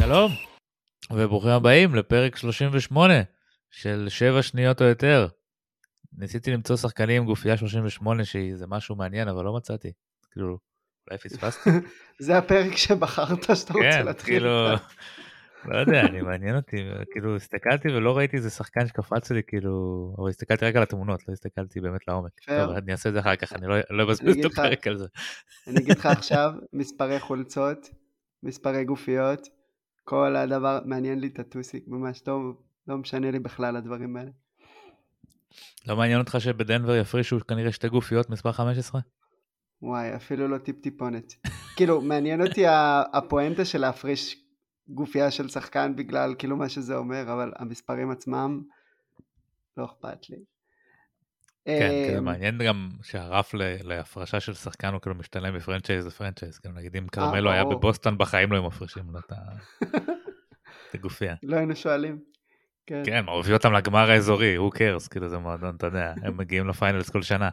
שלום, וברוכים הבאים לפרק 38 של 7 שניות או יותר. ניסיתי למצוא שחקנים עם גופייה 38 שזה משהו מעניין, אבל לא מצאתי. כאילו, אולי פספסתי? זה הפרק שבחרת שאתה רוצה כן, להתחיל כאילו, איתה. לא יודע, אני מעניין אותי, כאילו, הסתכלתי ולא ראיתי איזה שחקן שקפץ לי, כאילו, אבל הסתכלתי רק על התמונות, לא הסתכלתי באמת לעומק. טוב, פייר. אני אעשה את זה אחר כך, אני לא אני אבזבז את אגיד לך, הפרק על זה. אני אגיד לך עכשיו, מספרי חולצות, מספרי גופיות, כל הדבר, מעניין לי את הטוסיק, ממש טוב, לא משנה לי בכלל הדברים האלה. לא מעניין אותך שבדנבר יפרישו כנראה 2 גופיות מספר 15? וואי, אפילו לא טיפ-טיפונת. כאילו, מעניין אותי הפואנטה של להפריש גופייה של שחקן בגלל כאילו מה שזה אומר, אבל המספרים עצמם לא אכפת לי. כן, כאילו מעניין גם שהרף להפרשה של שחקן הוא כאילו משתלם מפרנצ'ייז לפרנצ'ייז, כאילו נגיד אם קרמלו היה ברור. בבוסטון בחיים לא היו מפרישים לו את הגופייה. לא היינו שואלים. כן. כן, הוא הביא אותם לגמר האזורי, who cares, כאילו זה מועדון, אתה יודע, הם מגיעים לפיינלס כל שנה.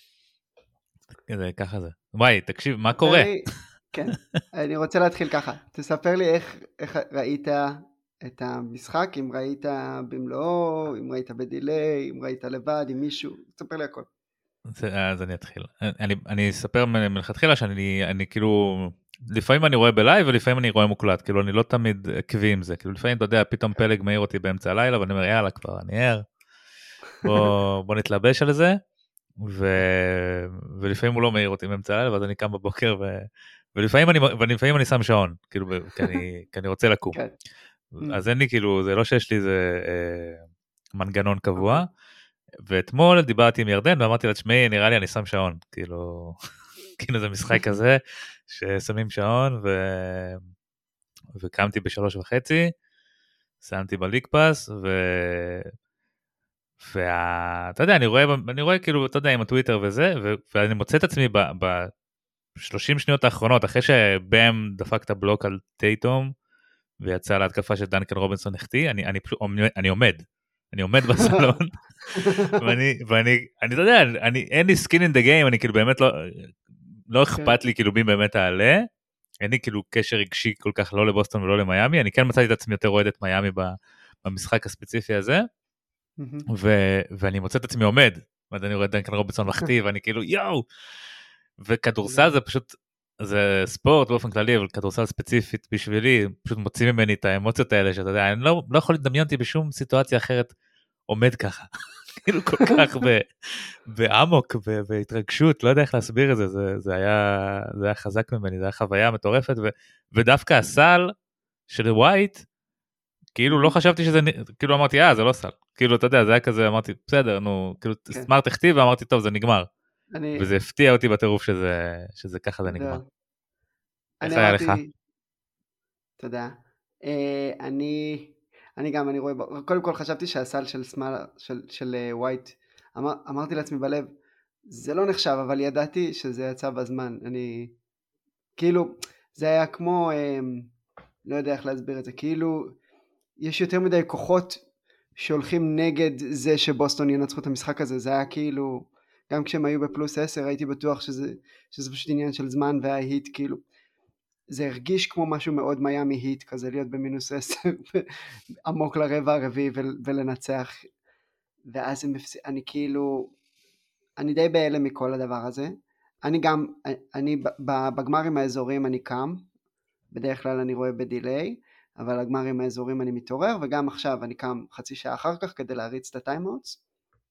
ככה זה. וואי, תקשיב, מה קורה? כן, אני רוצה להתחיל ככה. תספר לי איך ראית את המשחק, אם ראית במלואו, אם ראית בדילי, אם ראית לבד, עם מישהו, תספר לי הכל. אז אני אתחיל. אני אספר מלכתחילה שאני כאילו, לפעמים אני רואה בלייב ולפעמים אני רואה מוקלט, כאילו אני לא תמיד עקבי עם זה, כאילו לפעמים אתה יודע, פתאום פלג מעיר אותי באמצע הלילה ואני אומר יאללה כבר, אני ער, בוא נתלבש על זה, ולפעמים הוא לא מעיר אותי באמצע הלילה ואז אני קם בבוקר ולפעמים אני שם שעון, כאילו כי אני רוצה לקום. כן. אז אין לי כאילו, זה לא שיש לי איזה מנגנון קבוע, ואתמול דיברתי עם ירדן ואמרתי לה, תשמעי, נראה לי אני שם שעון, כאילו זה משחק כזה, ששמים שעון, וקמתי ב3:30, שמתי בליג פאס, ואתה יודע, אני רואה כאילו, אתה יודע, עם הטוויטר וזה, ואני מוצא את עצמי ב30 שניות האחרונות, אחרי שבאם דפק את הבלוק על טייטום, ויצא להתקפה של דנקן רובינסון החטיא, אני עומד בסלון, ואני, אתה יודע, אין לי skin in the game, אני כאילו באמת לא אכפת לי כאילו מי באמת העלה, אין לי כאילו קשר רגשי כל כך לא לבוסטון ולא למיימי, אני כן מצאתי את עצמי יותר אוהד את מיימי במשחק הספציפי הזה, ואני מוצא את עצמי עומד, ואז אני רואה את דנקן רובינסון מחטיא, ואני כאילו יואו, וכדורסל זה פשוט, זה ספורט באופן כללי, אבל כדורסל ספציפית בשבילי, פשוט מוציא ממני את האמוציות האלה, שאתה יודע, אני לא יכול לדמיין אותי בשום סיטואציה אחרת עומד ככה, כאילו כל כך בעמוק, בהתרגשות, לא יודע איך להסביר את זה, זה היה חזק ממני, זה היה חוויה מטורפת, ודווקא הסל של ווייט, כאילו לא חשבתי שזה, כאילו אמרתי, זה לא סל, כאילו אתה יודע, זה היה כזה, אמרתי, בסדר, נו, כאילו סמארט הכתיב, ואמרתי, טוב, זה נגמר, וזה הפתיע אותי בטירוף שזה ככה זה נגמר. איך היה לך? תודה. אני רואה, קודם כל חשבתי שהסל של ווייט, אמרתי לעצמי בלב, זה לא נחשב, אבל ידעתי שזה יצא בזמן. כאילו, זה היה כמו, לא יודע איך להסביר את זה, כאילו, יש יותר מדי כוחות שהולכים נגד זה שבוסטון ינצחו את המשחק הזה, זה היה כאילו, גם כשהם היו בפלוס 10, הייתי בטוח שזה פשוט עניין של זמן, וההיט כאילו, זה הרגיש כמו משהו מאוד מיימי היט כזה, להיות במינוס 10 עמוק לרבע הרביעי ולנצח, ואז אני כאילו, אני די בהלם מכל הדבר הזה. אני בגמרים האזוריים אני קם, בדרך כלל אני רואה בדיליי, אבל הגמרים האזוריים אני מתעורר, וגם עכשיו אני קם חצי שעה אחר כך כדי להריץ את הטיימאוטס,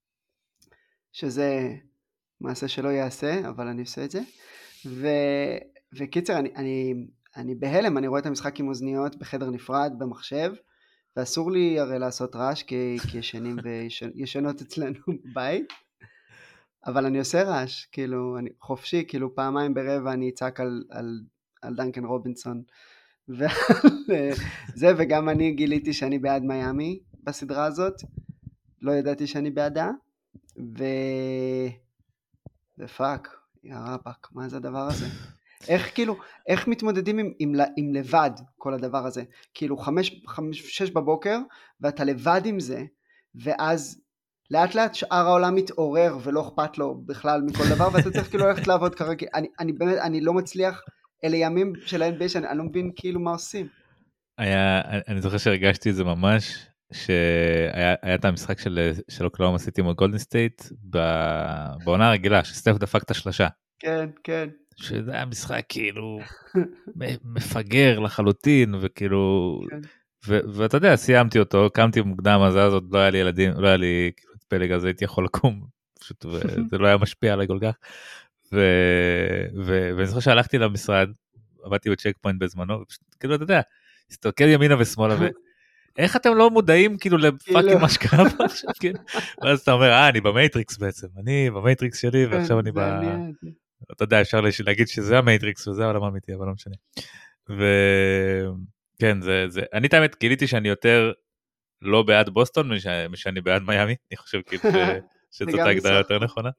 שזה מעשה שלא יעשה, אבל אני עושה את זה. וקיצר, אני בהלם, אני רואה את המשחק עם אוזניות בחדר נפרד במחשב, ואסור לי הרי לעשות רעש, כי ישנים וישנות אצלנו בבית, אבל אני עושה רעש, כאילו, אני חופשי, כאילו פעמיים ברבע אני אצעק על דנקן רובינסון, זה, וגם אני גיליתי שאני בעד מיימי בסדרה הזאת, לא ידעתי שאני בעדה, ופאק, יא רבק, מה זה הדבר הזה? איך מתמודדים עם לבד כל הדבר הזה? כאילו 5-6 בבוקר, ואתה לבד עם זה, ואז לאט לאט שאר העולם מתעורר, ולא אכפת לו בכלל מכל דבר, ואתה צריך כאילו ללכת לעבוד כרגיל. אני באמת, אני לא מצליח, אלה ימים של ה-NBA, אני לא מבין כאילו מה עושים. אני זוכר שהרגשתי את זה ממש, שהיה את המשחק של אוקלהומה סיטי מול גולדן סטייט, בעונה הרגילה, שסטף דפק את השלשה. כן, כן. שזה היה משחק כאילו מפגר לחלוטין, וכאילו, ואתה יודע, סיימתי אותו, קמתי מוקדם, אז עוד לא היה לי ילדים, לא היה לי כאילו פלג, אז הייתי יכול לקום, פשוט, וזה לא היה משפיע עליי כל כך. ואני זוכר שהלכתי למשרד, עבדתי בצ'ק פוינט בזמנו, כאילו אתה יודע, הסתכל ימינה ושמאלה, ואיך אתם לא מודעים כאילו לפאקינג מה שקרה פה עכשיו, כן? ואז אתה אומר, אני במייטריקס בעצם, אני במייטריקס שלי, ועכשיו אני אתה יודע, אפשר להגיד שזה המייטריקס, וזה העולם האמיתי, אבל לא משנה. וכן, אני תאמת, גיליתי שאני יותר לא בעד בוסטון, משאני בעד מיימי, אני חושב כאילו שזאת ההגדרה יותר נכונה.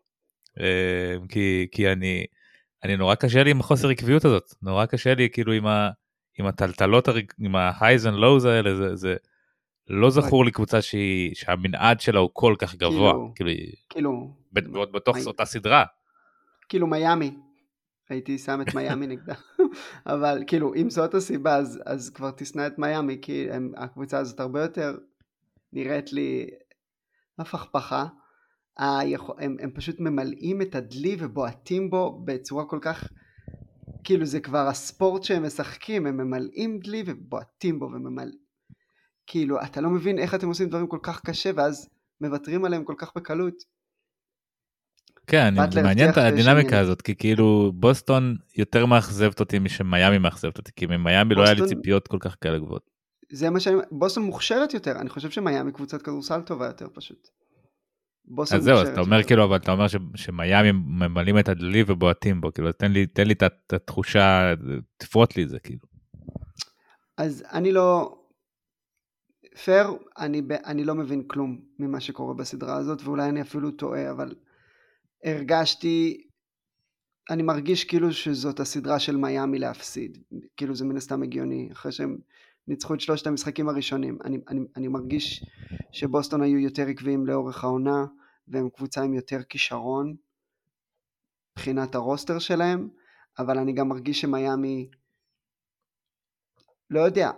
כי אני נורא קשה לי עם החוסר עקביות הזאת, נורא קשה לי כאילו עם הטלטלות, עם ה-highs and lows האלה, זה לא זכור לי קבוצה שהמנעד שלה הוא כל כך גבוה, כאילו, בתוך אותה סדרה. כאילו מיימי, הייתי שם את מיימי נגדה, אבל כאילו אם זאת הסיבה אז כבר תשנא את מיימי, כי הקבוצה הזאת הרבה יותר נראית לי הפכפכה, הם פשוט ממלאים את הדלי ובועטים בו בצורה כל כך, כאילו זה כבר הספורט שהם משחקים, הם ממלאים דלי ובועטים בו וממלאים, כאילו אתה לא מבין איך אתם עושים דברים כל כך קשה ואז מוותרים עליהם כל כך בקלות. כן, זה מעניין את הדינמיקה הזאת, כי כאילו בוסטון יותר מאכזבת אותי משמיימי מאכזבת אותי, כי ממיימי לא היה לי ציפיות כל כך כאלה גבוהות. זה מה בוסטון מוכשרת יותר, אני חושב שמיימי קבוצת כדורסל טובה יותר פשוט. אז זהו, אז אתה אומר כאילו, אבל אתה אומר שמיימי ממלאים את הדלי ובועטים בו, כאילו תן לי את התחושה, תפרוט לי את זה כאילו. אז אני לא, פייר, אני לא מבין כלום ממה שקורה בסדרה הזאת, ואולי אני אפילו טועה, אבל אני מרגיש כאילו שזאת הסדרה של מיימי להפסיד, כאילו זה מן הסתם הגיוני, אחרי שהם ניצחו את 3 המשחקים הראשונים, אני מרגיש שבוסטון היו יותר עקביים לאורך העונה, והם קבוצה עם יותר כישרון, מבחינת הרוסטר שלהם, אבל אני גם מרגיש שמיימי, לא יודע,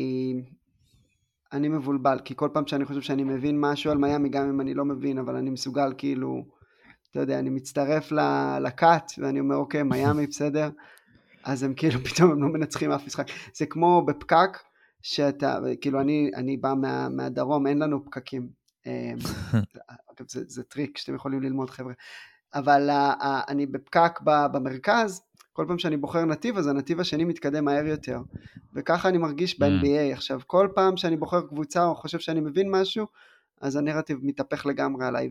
אני מבולבל, כי כל פעם שאני חושב שאני מבין משהו על מיימי, גם אם אני לא מבין, אבל אני מסוגל כאילו, אתה יודע, אני מצטרף לקאט, ואני אומר, אוקיי, מיימי בסדר, אז הם כאילו פתאום הם לא מנצחים אף משחק. זה כמו בפקק, שאתה, כאילו אני בא מהדרום, אין לנו פקקים. זה טריק שאתם יכולים ללמוד חבר'ה. אבל אני בפקק במרכז, כל פעם שאני בוחר נתיב, אז הנתיב השני מתקדם מהר יותר. וככה אני מרגיש ב-NBA. עכשיו, כל פעם שאני בוחר קבוצה, או חושב שאני מבין משהו, אז הנרטיב מתהפך לגמרי עליי,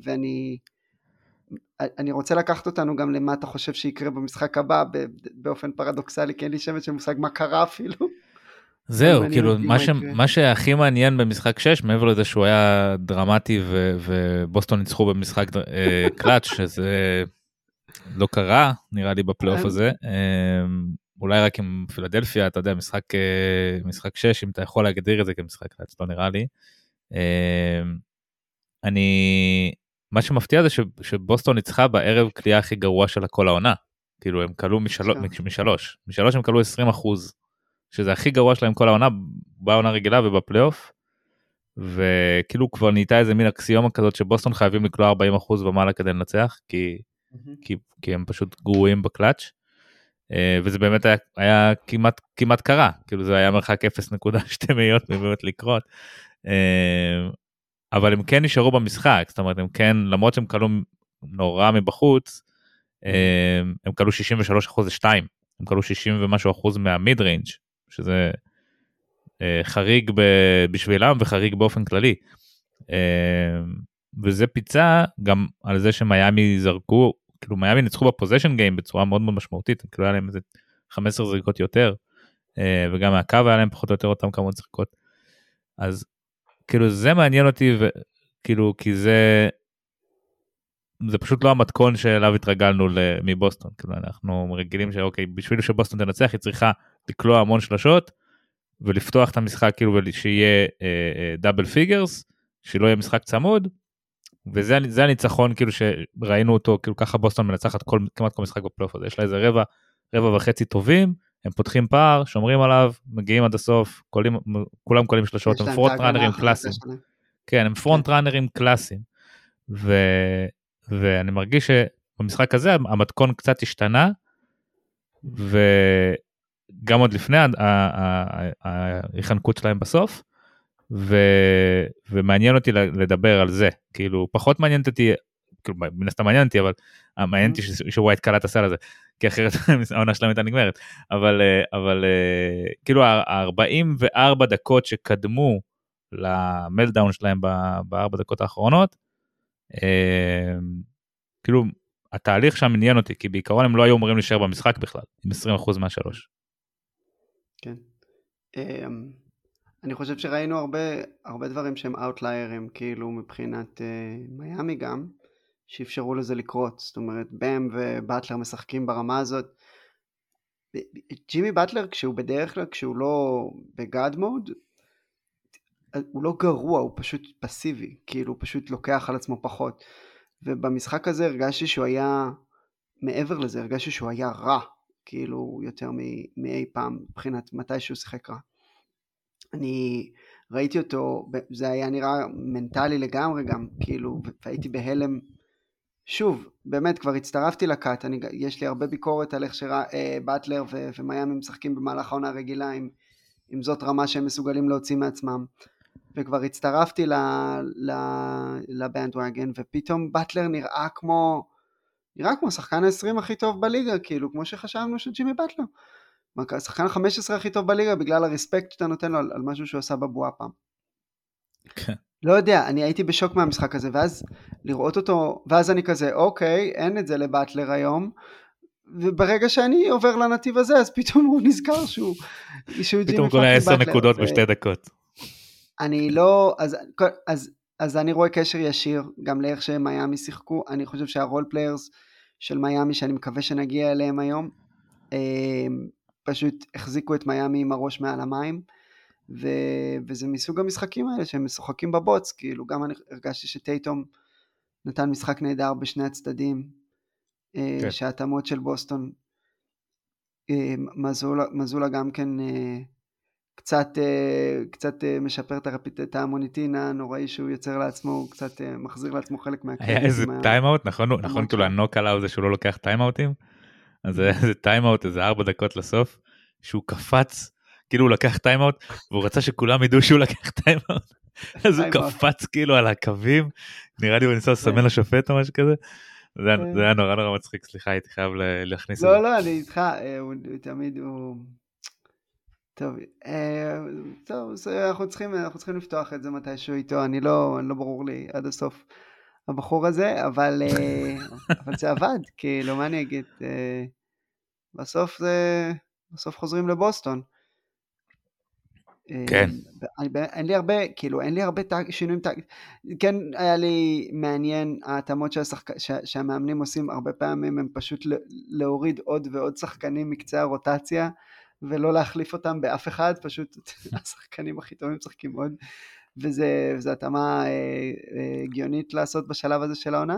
אני רוצה לקחת אותנו גם למה אתה חושב שיקרה במשחק הבא, באופן פרדוקסלי, כי אין לי שמץ של מושג מה קרה אפילו. זהו, כאילו, מה שהכי מעניין במשחק 6, מעבר לזה שהוא היה דרמטי, ובוסטון ניצחו במשחק קלאץ', שזה לא קרה, נראה לי בפלייאוף הזה, אולי רק עם פילדלפיה, אתה יודע, משחק 6, אם אתה יכול להגדיר את זה כמשחק קלאץ', לא נראה לי. מה שמפתיע זה שבוסטון ניצחה בערב קליעה הכי גרוע של כל העונה, כאילו הם קלו משלוש הם קלו 20%, שזה הכי גרוע שלהם כל העונה, בעונה רגילה ובפלייאוף, וכאילו כבר נהייתה איזה מין אקסיומה כזאת שבוסטון חייבים לקלוע 40% ומעלה כדי לנצח, כי הם פשוט גרועים בקלאץ', וזה באמת היה כמעט קרה, כאילו זה היה מרחק 0.2 באמת לקרות, אבל הם כן נשארו במשחק, זאת אומרת, הם כן, למרות שהם קלו נורא מבחוץ, הם קלו 63% ל-2, הם קלו 60 ומשהו אחוז מהמיד ריינג', שזה חריג בשבילם וחריג באופן כללי. וזה פיצה גם על זה שמיימי זרקו, כאילו מיימי ניצחו בפוזיישן גיים בצורה מאוד מאוד משמעותית, כאילו היה להם איזה 15 זריקות יותר, וגם מהקו היה להם פחות או יותר אותם כמות זריקות. אז כאילו זה מעניין אותי, כאילו כי זה פשוט לא המתכון שאליו התרגלנו מבוסטון, כאילו אנחנו רגילים שאוקיי, בשביל שבוסטון תנצח היא צריכה לקלוע המון שלשות, ולפתוח את המשחק כאילו שיהיה דאבל פיגרס, שלא יהיה משחק צמוד, וזה הניצחון כאילו שראינו אותו, כאילו ככה בוסטון מנצחת כמעט כל משחק בפלייאוף הזה, יש לה איזה רבע וחצי טובים, הם פותחים פער, שומרים עליו, מגיעים עד הסוף, כולם קולים שלושות, הם פרונט ראנרים קלאסיים. כן, הם פרונט ראנרים קלאסיים. ואני מרגיש שבמשחק הזה המתכון קצת השתנה, וגם עוד לפני ההיחנקות שלהם בסוף, ומעניין אותי לדבר על זה, כאילו פחות מעניין אותי, כאילו מן הסתם מעניין אותי, אבל מעניין אותי שווייט קלע את הסל הזה, כי אחרת העונה שלהם הייתה נגמרת, אבל כאילו 44 דקות שקדמו למלדאון שלהם ב4 דקות האחרונות, כאילו התהליך שם עניין אותי, כי בעיקרון הם לא היו אמורים להישאר במשחק בכלל, עם 20% מהשלוש. כן. אני חושב שראינו הרבה דברים שהם אאוטליירים, כאילו מבחינת מיאמי גם, שאפשרו לזה לקרות. זאת אומרת, בם ובטלר משחקים ברמה הזאת. ג'ימי בטלר, בדרך כלל, כשהוא לא בגאד מוד, הוא לא גרוע, הוא פשוט פסיבי, כאילו הוא פשוט לוקח על עצמו פחות. ובמשחק הזה הרגשתי שהוא היה, מעבר לזה, הרגשתי שהוא היה רע, כאילו יותר מאי פעם, מבחינת מתי שהוא שיחק רע. אני ראיתי אותו, זה היה נראה מנטלי לגמרי גם, כאילו, והייתי בהלם, שוב, באמת כבר הצטרפתי לקאט, יש לי הרבה ביקורת על איך שבטלר ומיימי משחקים במהלך העונה הרגילה, עם זאת רמה שהם מסוגלים להוציא מעצמם, וכבר הצטרפתי לבנדווגן, ופתאום בטלר נראה כמו שחקן ה-20 הכי טוב בליגה, כאילו, כמו שחשבנו שג'ימי בטלר. השחקן ה-15 הכי טוב בליגה, בגלל הרספקט שאתה נותן לו על משהו שהוא עשה בבועה פעם. כן. לא יודע, אני הייתי בשוק מהמשחק הזה, ואז לראות אותו, ואז אני כזה, אוקיי, אין את זה לבטלר היום, וברגע שאני עובר לנתיב הזה, אז פתאום הוא נזכר שהוא פתאום ג'ימי קונה 10 בטלר. נקודות ב2 דקות. אני לא, אז אני רואה קשר ישיר, גם לאיך שמיימי שיחקו, אני חושב שהרול פליירס של מיימי, שאני מקווה שנגיע אליהם היום, פשוט החזיקו את מיימי עם הראש מעל המים, וזה מסוג המשחקים האלה שהם משוחקים בבוץ, כאילו גם אני הרגשתי שטייטום נתן משחק נהדר בשני הצדדים, כן. שהתאמות של בוסטון, מזולה גם כן קצת משפר את המוניטין הנוראי שהוא יוצר לעצמו, הוא קצת מחזיר לעצמו חלק מהקרדיט. היה איזה טיימאוט, נכון כאילו הנוק עליו זה שהוא לא לוקח טיימאוטים, אז זה טיימאוט, איזה 4 דקות לסוף, שהוא קפץ, כאילו הוא לקח טיימאוט, והוא רצה שכולם ידעו שהוא לקח טיימאוט, אז הוא קפץ כאילו על הקווים, נראה לי הוא ניסה לסמן לשופט או משהו כזה, זה היה נורא מצחיק, סליחה, הייתי חייב להכניס את זה. לא, אני איתך, הוא תמיד, טוב, אנחנו צריכים לפתוח את זה מתישהו איתו, אני לא ברור לי עד הסוף הבחור הזה, אבל זה עבד, כאילו, מה אני אגיד, בסוף חוזרים לבוסטון. כן. אין לי הרבה שינויים, כן היה לי מעניין, ההתאמות שהמאמנים עושים הרבה פעמים, הם פשוט להוריד עוד ועוד שחקנים מקצה הרוטציה, ולא להחליף אותם באף אחד, פשוט השחקנים הכי טובים משחקים עוד, וזה התאמה הגיונית לעשות בשלב הזה של העונה.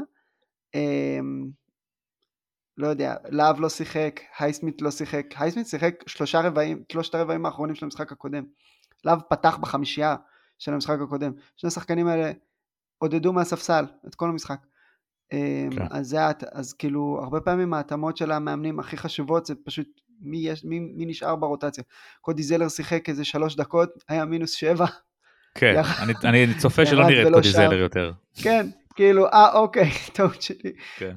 לא יודע, להב לא שיחק, הייסמית לא שיחק, הייסמית שיחק 3 רבעים האחרונים של המשחק הקודם, להב פתח בחמישייה של המשחק הקודם, שני השחקנים האלה עודדו מהספסל את כל המשחק, אז כאילו הרבה פעמים ההתאמות של המאמנים הכי חשובות זה פשוט מי נשאר ברוטציה. קודי זלר שיחק איזה 3 דקות, היה -7. כן, אני צופה שלא נראה את קודי זלר יותר. כן, כאילו, אוקיי, טעות שלי.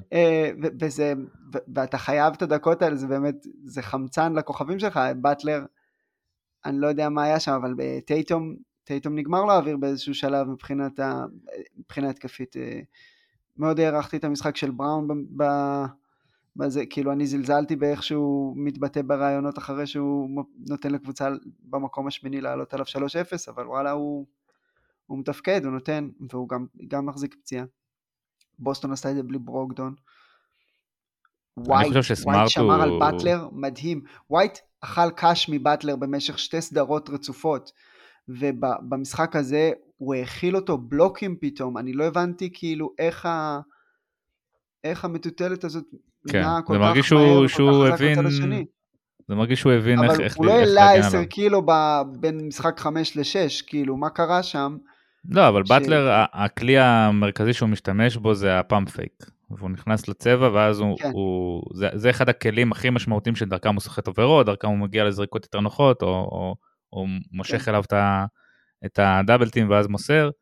ואתה חייב את הדקות האלה, זה באמת, זה חמצן לכוכבים שלך, בטלר, אני לא יודע מה היה שם, אבל בטייטום נגמר לו האוויר באיזשהו שלב מבחינה התקפית. מאוד הערכתי את המשחק של בראון בזה, כאילו אני זלזלתי באיך שהוא מתבטא ברעיונות אחרי שהוא נותן לקבוצה במקום השמיני לעלות עליו 3-0, אבל וואלה הוא מתפקד, הוא נותן, והוא גם מחזיק פציעה. בוסטון עשתה את זה בלי ברוקדון. ווייט שמר על בטלר, מדהים. ווייט אכל קש מבטלר במשך 2 סדרות רצופות, ובמשחק הזה הוא האכיל אותו בלוקים פתאום, אני לא הבנתי כאילו איך המטוטלת הזאת כן, זה מרגיש שהוא הבין, זה מרגיש שהוא הבין אבל איך הוא לא להגן העלה עליו. 10 קילו בין משחק 5 ל-6, כאילו, מה קרה שם? לא, אבל באטלר, הכלי המרכזי שהוא משתמש בו זה הפאמפ פייק. והוא נכנס לצבע, ואז זה אחד הכלים הכי משמעותיים שדרכם הוא סוחט עוברות, דרכם הוא מגיע לזריקות יותר נוחות, או מושך אליו את הדאבלטים ואז מוסר,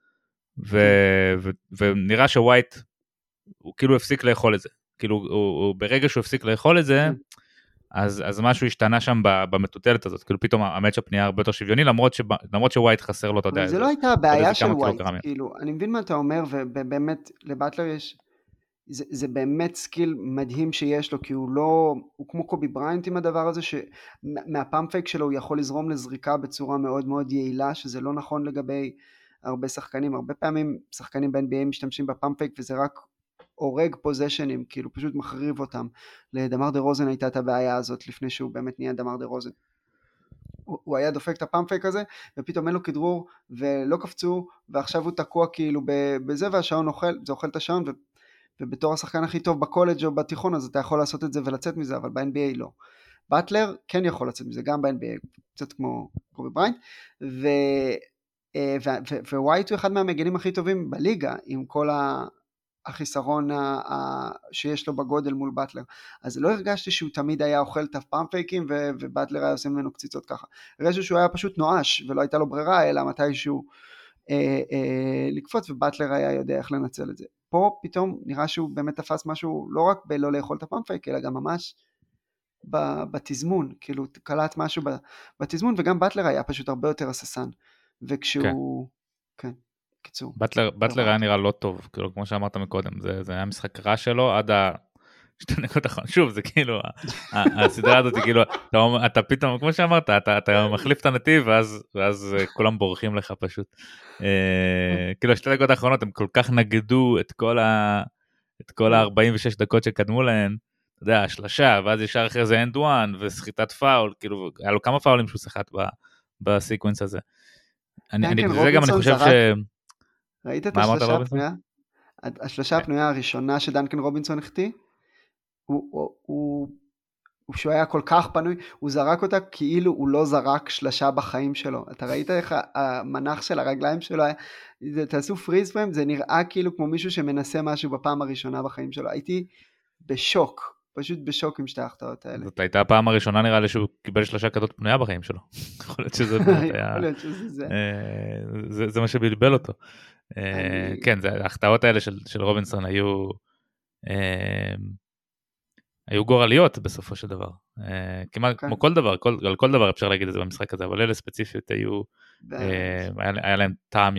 ונראה שווייט, הוא כאילו הפסיק לאכול את זה. כאילו, ברגע שהוא הפסיק לאכול את זה, אז משהו השתנה שם במטוטלת הזאת, כאילו פתאום המאצ'אפ נהיה הרבה יותר שוויוני, למרות שווייט חסר לו, אתה יודע, אבל זה לא הייתה הבעיה של ווייט, כאילו, אני מבין מה אתה אומר, ובאמת, לבטלר יש, זה באמת סקיל מדהים שיש לו, כי הוא כמו קובי בריינט עם הדבר הזה, שמהפאמפ פייק שלו הוא יכול לזרום לזריקה בצורה מאוד מאוד יעילה, שזה לא נכון לגבי הרבה שחקנים, הרבה פעמים שחקנים ב-NBA משתמשים בפאמפ פייק, וזה רק הורג פוזיישנים, כאילו פשוט מחריב אותם. לדמר דה רוזן הייתה את הבעיה הזאת, לפני שהוא באמת נהיה דמר דה רוזן. הוא היה דופק את הפאמפ פייק הזה, ופתאום אין לו כדרור, ולא קפצו, ועכשיו הוא תקוע כאילו בזה, והשעון אוכל, זה אוכל את השעון, ובתור השחקן הכי טוב בקולג' או בתיכון, אז אתה יכול לעשות את זה ולצאת מזה, אבל ב-NBA לא. באטלר כן יכול לצאת מזה, גם ב-NBA, קצת כמו קובי בריינט, ווייט הוא אחד מהמגנים הכי טובים בליגה, עם כל החיסרון שיש לו בגודל מול באטלר. אז לא הרגשתי שהוא תמיד היה אוכל את הפאמפ פייקים, ובאטלר היה עושה ממנו קציצות ככה. הרגשתי שהוא היה פשוט נואש, ולא הייתה לו ברירה, אלא מתישהו לקפוץ, ובאטלר היה יודע איך לנצל את זה. פה פתאום נראה שהוא באמת תפס משהו, לא רק בלא לאכול את הפאמפ פייק, אלא גם ממש בתזמון, כאילו קלט משהו בתזמון, וגם באטלר היה פשוט הרבה יותר הססן. וכשהוא, כן, קיצור. באטלר היה נראה לא טוב, כאילו, כמו שאמרת מקודם, זה היה משחק רע שלו, עד שתי נקודות אחרונות, שוב, זה כאילו, הסדרה הזאת, כאילו, אתה פתאום, כמו שאמרת, אתה מחליף את הנתיב, ואז כולם בורחים לך פשוט. כאילו, שתי נקודות האחרונות, הם כל כך נגדו את כל ה-46 דקות שקדמו להן, אתה יודע, השלשה, ואז ישר אחרי זה end one, וסחיטת פאול, כאילו, היה לו כמה פאולים שהוא שחט בסיקוונס הזה. זה גם אני חושב ראית את השלושה הפנויה? השלושה הפנויה הראשונה שדנקן רובינסון החטיא, שהוא היה כל כך פנוי, הוא זרק אותה כאילו הוא לא זרק שלשה בחיים שלו. אתה ראית איך המנח של הרגליים שלו היה, תעשו פריז פריים, זה נראה כאילו כמו מישהו שמנסה משהו בפעם הראשונה בחיים שלו. הייתי בשוק, פשוט בשוק עם שתי ההחטאות האלה. זאת הייתה הפעם הראשונה נראה לי שהוא קיבל שלשה כזאת פנויה בחיים שלו. יכול להיות שזה זה מה שבלבל אותו. כן, ההחטאות האלה של רובינסון היו גורליות בסופו של דבר. כמעט כמו כל דבר, על כל דבר אפשר להגיד את זה במשחק הזה, אבל אלה ספציפיות היה להם טעם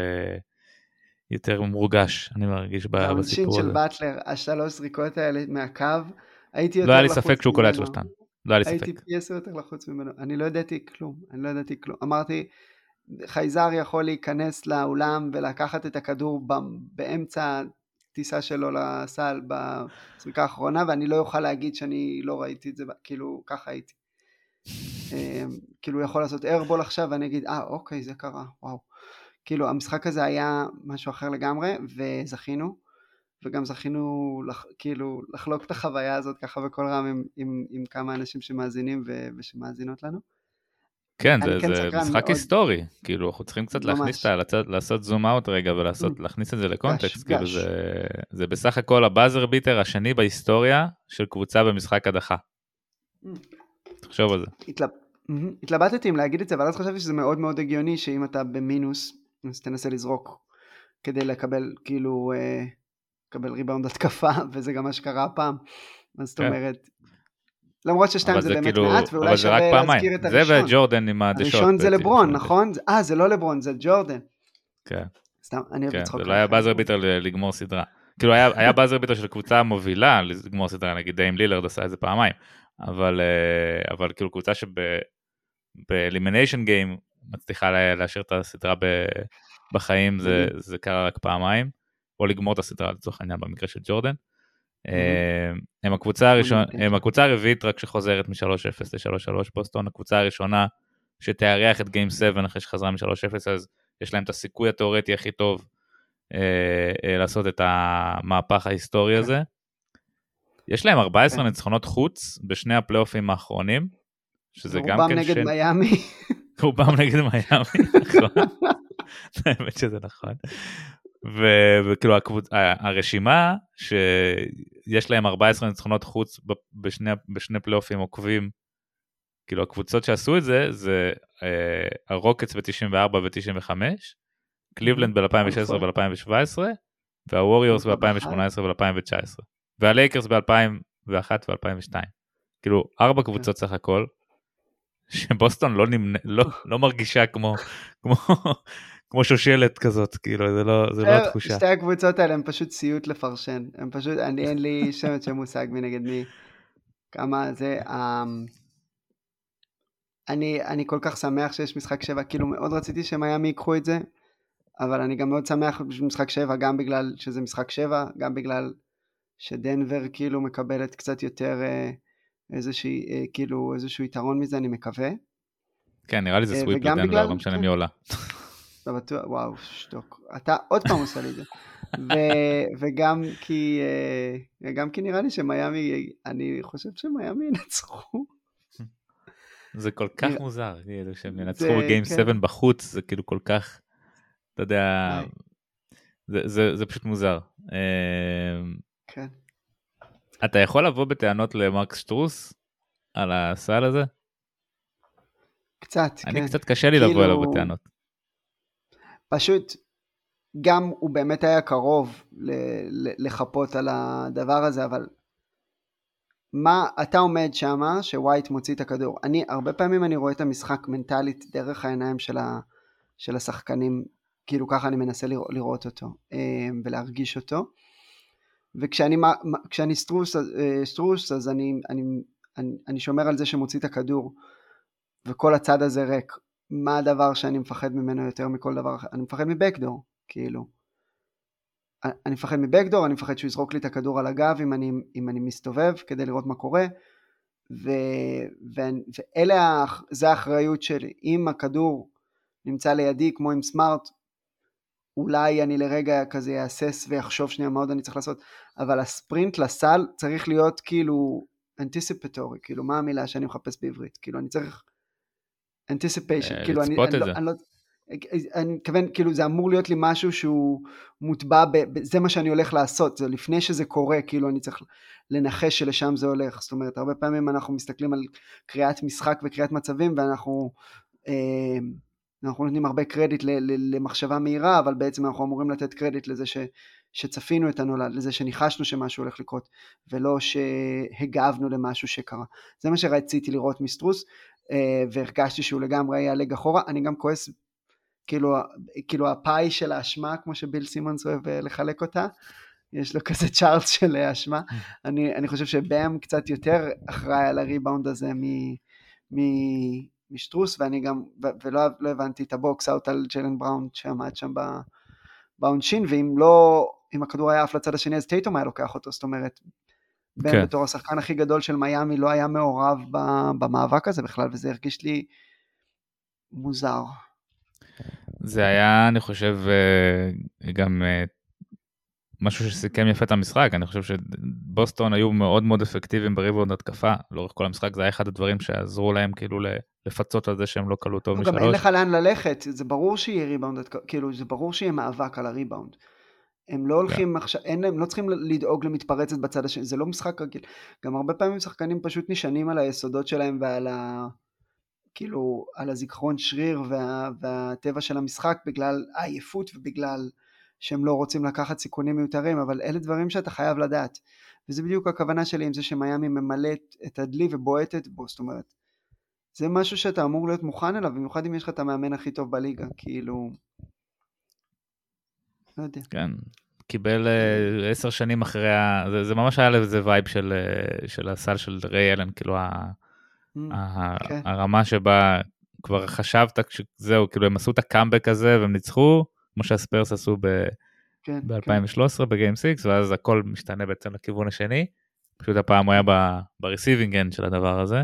יותר מורגש, אני מרגיש בסיפור הזה. העונשין של באטלר, השלוש זריקות האלה מהקו, הייתי יותר לא היה לי ספק שהוא קולט שלושתן. לא היה לי ספק. הייתי פי 10 יותר לחוץ ממנו. אני לא ידעתי כלום. אמרתי, חייזר יכול להיכנס לאולם ולקחת את הכדור באמצע טיסה שלו לסל בזריקה האחרונה, ואני לא אוכל להגיד שאני לא ראיתי את זה, כאילו ככה הייתי. כאילו הוא יכול לעשות איירבול עכשיו, ואני אגיד, אוקיי, זה קרה, וואו. כאילו המשחק הזה היה משהו אחר לגמרי, וזכינו, וגם זכינו כאילו לחלוק את החוויה הזאת ככה בכל רם עם כמה אנשים שמאזינים ושמאזינות לנו. כן, זה משחק היסטורי, כאילו אנחנו צריכים קצת לעשות זום אאוט רגע ולהכניס את זה לקונטקסט, כאילו זה בסך הכל הבאזר ביטר השני בהיסטוריה של קבוצה במשחק הדחה. תחשוב על זה. התלבטתי אם להגיד את זה, אבל אז חשבתי שזה מאוד מאוד הגיוני שאם אתה במינוס, אז תנסה לזרוק כדי לקבל כאילו, לקבל ריבאונד התקפה, וזה גם מה שקרה הפעם. אז זאת אומרת, למרות ששתיים זה באמת מעט, ואולי שווה להזכיר את הראשון. זה וג'ורדן עם הדשות. הראשון זה לברון, נכון? זה לא לברון, זה ג'ורדן. כן. סתם, אני אוהב לצחוק. זה לא היה באזר ביטר לגמור סדרה. כאילו היה באזר ביטר של קבוצה מובילה לגמור סדרה, נגיד דיים לילרד עשה את זה פעמיים, אבל כאילו קבוצה שבאלימיניישן גיים מצליחה להשאיר את הסדרה בחיים, זה קרה רק פעמיים, או לגמור את הסדרה לצורך העניין במקרה של ג'ורדן. הם הקבוצה הרביעית רק שחוזרת מ-3-0 ל-3-3 בוסטון, הקבוצה הראשונה שתארח את גיים 7 אחרי שחזרה מ-3-0, אז יש להם את הסיכוי התיאורטי הכי טוב לעשות את המהפך ההיסטורי הזה. יש להם 14 ניצחונות חוץ בשני הפלייאופים האחרונים, שזה גם רובם כן נגד מיאמי. רובם נגד מיאמי, נכון. האמת שזה נכון. וכאילו הרשימה שיש להם 14 ניצחונות חוץ בשני פלייאופים עוקבים, כאילו הקבוצות שעשו את זה, זה הרוקטס ב-94 ו-95, קליבלנד ב-2016 ו-2017, והווריורס ב-2018 ו-2019, והלייקרס ב-2001 ו-2002. כאילו 4 קבוצות סך הכל, שבוסטון לא מרגישה כמו שושלת כזאת, כאילו זה לא התחושה. שתי הקבוצות האלה הם פשוט סיוט לפרשן, הם פשוט, אין לי שמץ של מושג מנגד מי, כמה זה, אני כל כך שמח שיש משחק 7, כאילו מאוד רציתי שמיאמי ייקחו את זה, אבל אני גם מאוד שמח במשחק 7, גם בגלל שזה משחק 7, גם בגלל שדנבר כאילו מקבלת קצת יותר איזשהו יתרון מזה, אני מקווה. כן, נראה לי זה סוויפ לדנבר, לא משנה מי עולה. אתה בטוח, וואו, שתוק. אתה עוד פעם עושה לי את זה. וגם כי נראה לי שמיאמי, אני חושב שמיאמי ינצחו. זה כל כך מוזר, כאילו שהם ינצחו בגיים 7 בחוץ, זה כאילו כל כך, אתה יודע, זה פשוט מוזר. כן. אתה יכול לבוא בטענות למרק שטרוס על הסל הזה? קצת, כן. אני קצת קשה לי לבוא אליו בטענות. פשוט, גם הוא באמת היה קרוב לחפות על הדבר הזה, אבל מה אתה עומד שמה שווייט מוציא את הכדור? הרבה פעמים אני רואה את המשחק מנטלית דרך העיניים של השחקנים, כאילו ככה אני מנסה לראות אותו ולהרגיש אותו, וכשאני סטרוס אז אני שומר על זה שמוציא את הכדור, וכל הצד הזה ריק. מה הדבר שאני מפחד ממנו יותר מכל דבר אחר? אני מפחד מבקדור, כאילו. אני מפחד מבקדור, אני מפחד שהוא יזרוק לי את הכדור על הגב אם אני מסתובב כדי לראות מה קורה, זה האחריות שלי. אם הכדור נמצא לידי כמו עם סמארט, אולי אני לרגע כזה יאסס ויחשוב שנייה מה עוד אני צריך לעשות, אבל הספרינט לסל צריך להיות כאילו anticipatory, כאילו מה המילה שאני מחפש בעברית? כאילו אני צריך anticipation, כאילו אני מכוון, כאילו זה אמור להיות לי משהו שהוא מוטבע, זה מה שאני הולך לעשות, זה לפני שזה קורה, כאילו אני צריך לנחש שלשם זה הולך, זאת אומרת, הרבה פעמים אנחנו מסתכלים על קריאת משחק וקריאת מצבים, ואנחנו נותנים הרבה קרדיט למחשבה מהירה, אבל בעצם אנחנו אמורים לתת קרדיט לזה שצפינו את הנולד, לזה שניחשנו שמשהו הולך לקרות, ולא שהגבנו למשהו שקרה. זה מה שרציתי לראות מסטרוס, והרגשתי שהוא לגמרי יעלג אחורה. אני גם כועס, כאילו הפאי של האשמה, כמו שביל סימונס אוהב לחלק אותה, יש לו כזה צ'ארט של האשמה. אני חושב שבאם קצת יותר אחראי על הריבאונד הזה משטרוס, ואני גם, ולא הבנתי את הבוקס אאוט על ג'לן בראון שעמד שם בעונשין, אם הכדור היה אף לצד השני, אז טייטום היה לוקח אותו, זאת אומרת, בן בתור השחקן הכי גדול של מיאמי לא היה מעורב במאבק הזה בכלל, וזה הרגיש לי מוזר. זה היה, אני חושב, גם משהו שסיכם יפה את המשחק. אני חושב שבוסטון היו מאוד מאוד אפקטיביים בריבאונד התקפה, לאורך כל המשחק. זה היה אחד הדברים שעזרו להם כאילו לפצות על זה שהם לא קלו טוב משלוש. גם אין לך לאן ללכת, זה ברור שיהיה ריבאונד, כאילו זה ברור שיהיה מאבק על הריבאונד. הם לא הולכים עכשיו, הם לא צריכים לדאוג למתפרצת בצד השני, זה לא משחק רגיל. גם הרבה פעמים שחקנים פשוט נשענים על היסודות שלהם ועל כאילו על הזיכרון שריר והטבע של המשחק בגלל העייפות ובגלל שהם לא רוצים לקחת סיכונים מיותרים, אבל אלה דברים שאתה חייב לדעת. וזה בדיוק הכוונה שלי עם זה שמיאמי ממלאת את הדלי ובועטת בו, זאת אומרת, זה משהו שאתה אמור להיות מוכן אליו, במיוחד אם יש לך את המאמן הכי טוב בליגה, כאילו, לא יודע. כן, קיבל 10 שנים אחרי, זה ממש היה לזה וייב של הסל של ריי אלן, כאילו הרמה שבה כבר חשבת שזהו, כאילו הם עשו את הקאמבק הזה והם ניצחו, כמו שהספרס עשו ב-2013 בגיים 6, ואז הכל משתנה בעצם לכיוון השני, פשוט הפעם הוא היה ב-receiving end של הדבר הזה.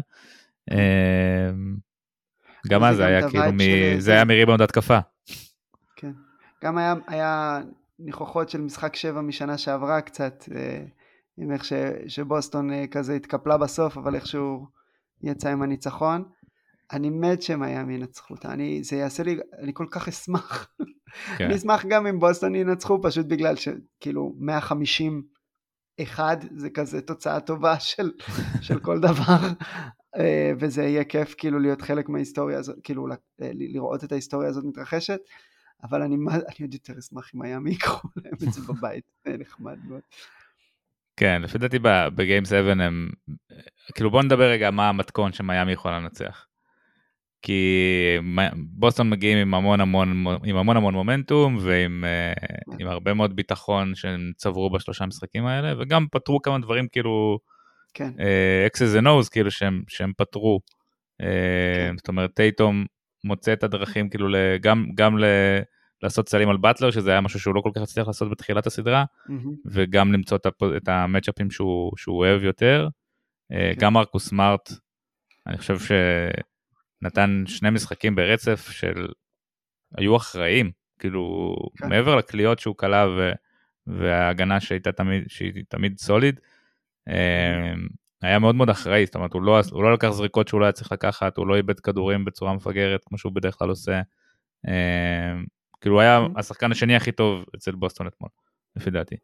גם אז זה היה כאילו, זה היה מריבאונד התקפה. כן, גם היה ניחוחות של משחק 7 משנה שעברה קצת, עם איך שבוסטון כזה התקפלה בסוף, אבל איכשהו יצא עם הניצחון, אני מת שמיאמי ינצחו אותה, זה יעשה לי, אני כל כך אשמח, כן. אני אשמח גם אם בוסטון ינצחו, פשוט בגלל שכאילו 151 זה כזה תוצאה טובה של כל דבר, וזה יהיה כיף כאילו להיות חלק מההיסטוריה הזאת, כאילו לראות את ההיסטוריה הזאת מתרחשת, אבל אני עוד יותר אשמח אם מיאמי יקחו להם את זה בבית, זה נחמד מאוד. כן, לפי דעתי בגיים 7 הם, כאילו בוא נדבר רגע מה המתכון שמיאמי יכולה לנצח. כי בוסטון מגיעים עם המון מומנטום, ועם הרבה מאוד ביטחון שהם צברו בשלושה משחקים האלה, וגם פתרו כמה דברים כאילו, X's and O's כאילו שהם פתרו. זאת אומרת, טייטום מוצא את הדרכים כאילו גם לעשות צלים על באטלר, שזה היה משהו שהוא לא כל כך הצליח לעשות בתחילת הסדרה, וגם למצוא את המאצ'אפים שהוא אוהב יותר. גם מרקוס סמארט, אני חושב שנתן 2 משחקים ברצף היו אחראים, כאילו מעבר לקליות שהוא קלה וההגנה שהיא תמיד סוליד, היה מאוד מאוד אחראי, זאת אומרת הוא לא לקח זריקות שהוא לא היה צריך לקחת, הוא לא איבד כדורים בצורה מפגרת כמו שהוא בדרך כלל עושה, כאילו הוא היה השחקן השני הכי טוב אצל בוסטון אתמול, לפי דעתי.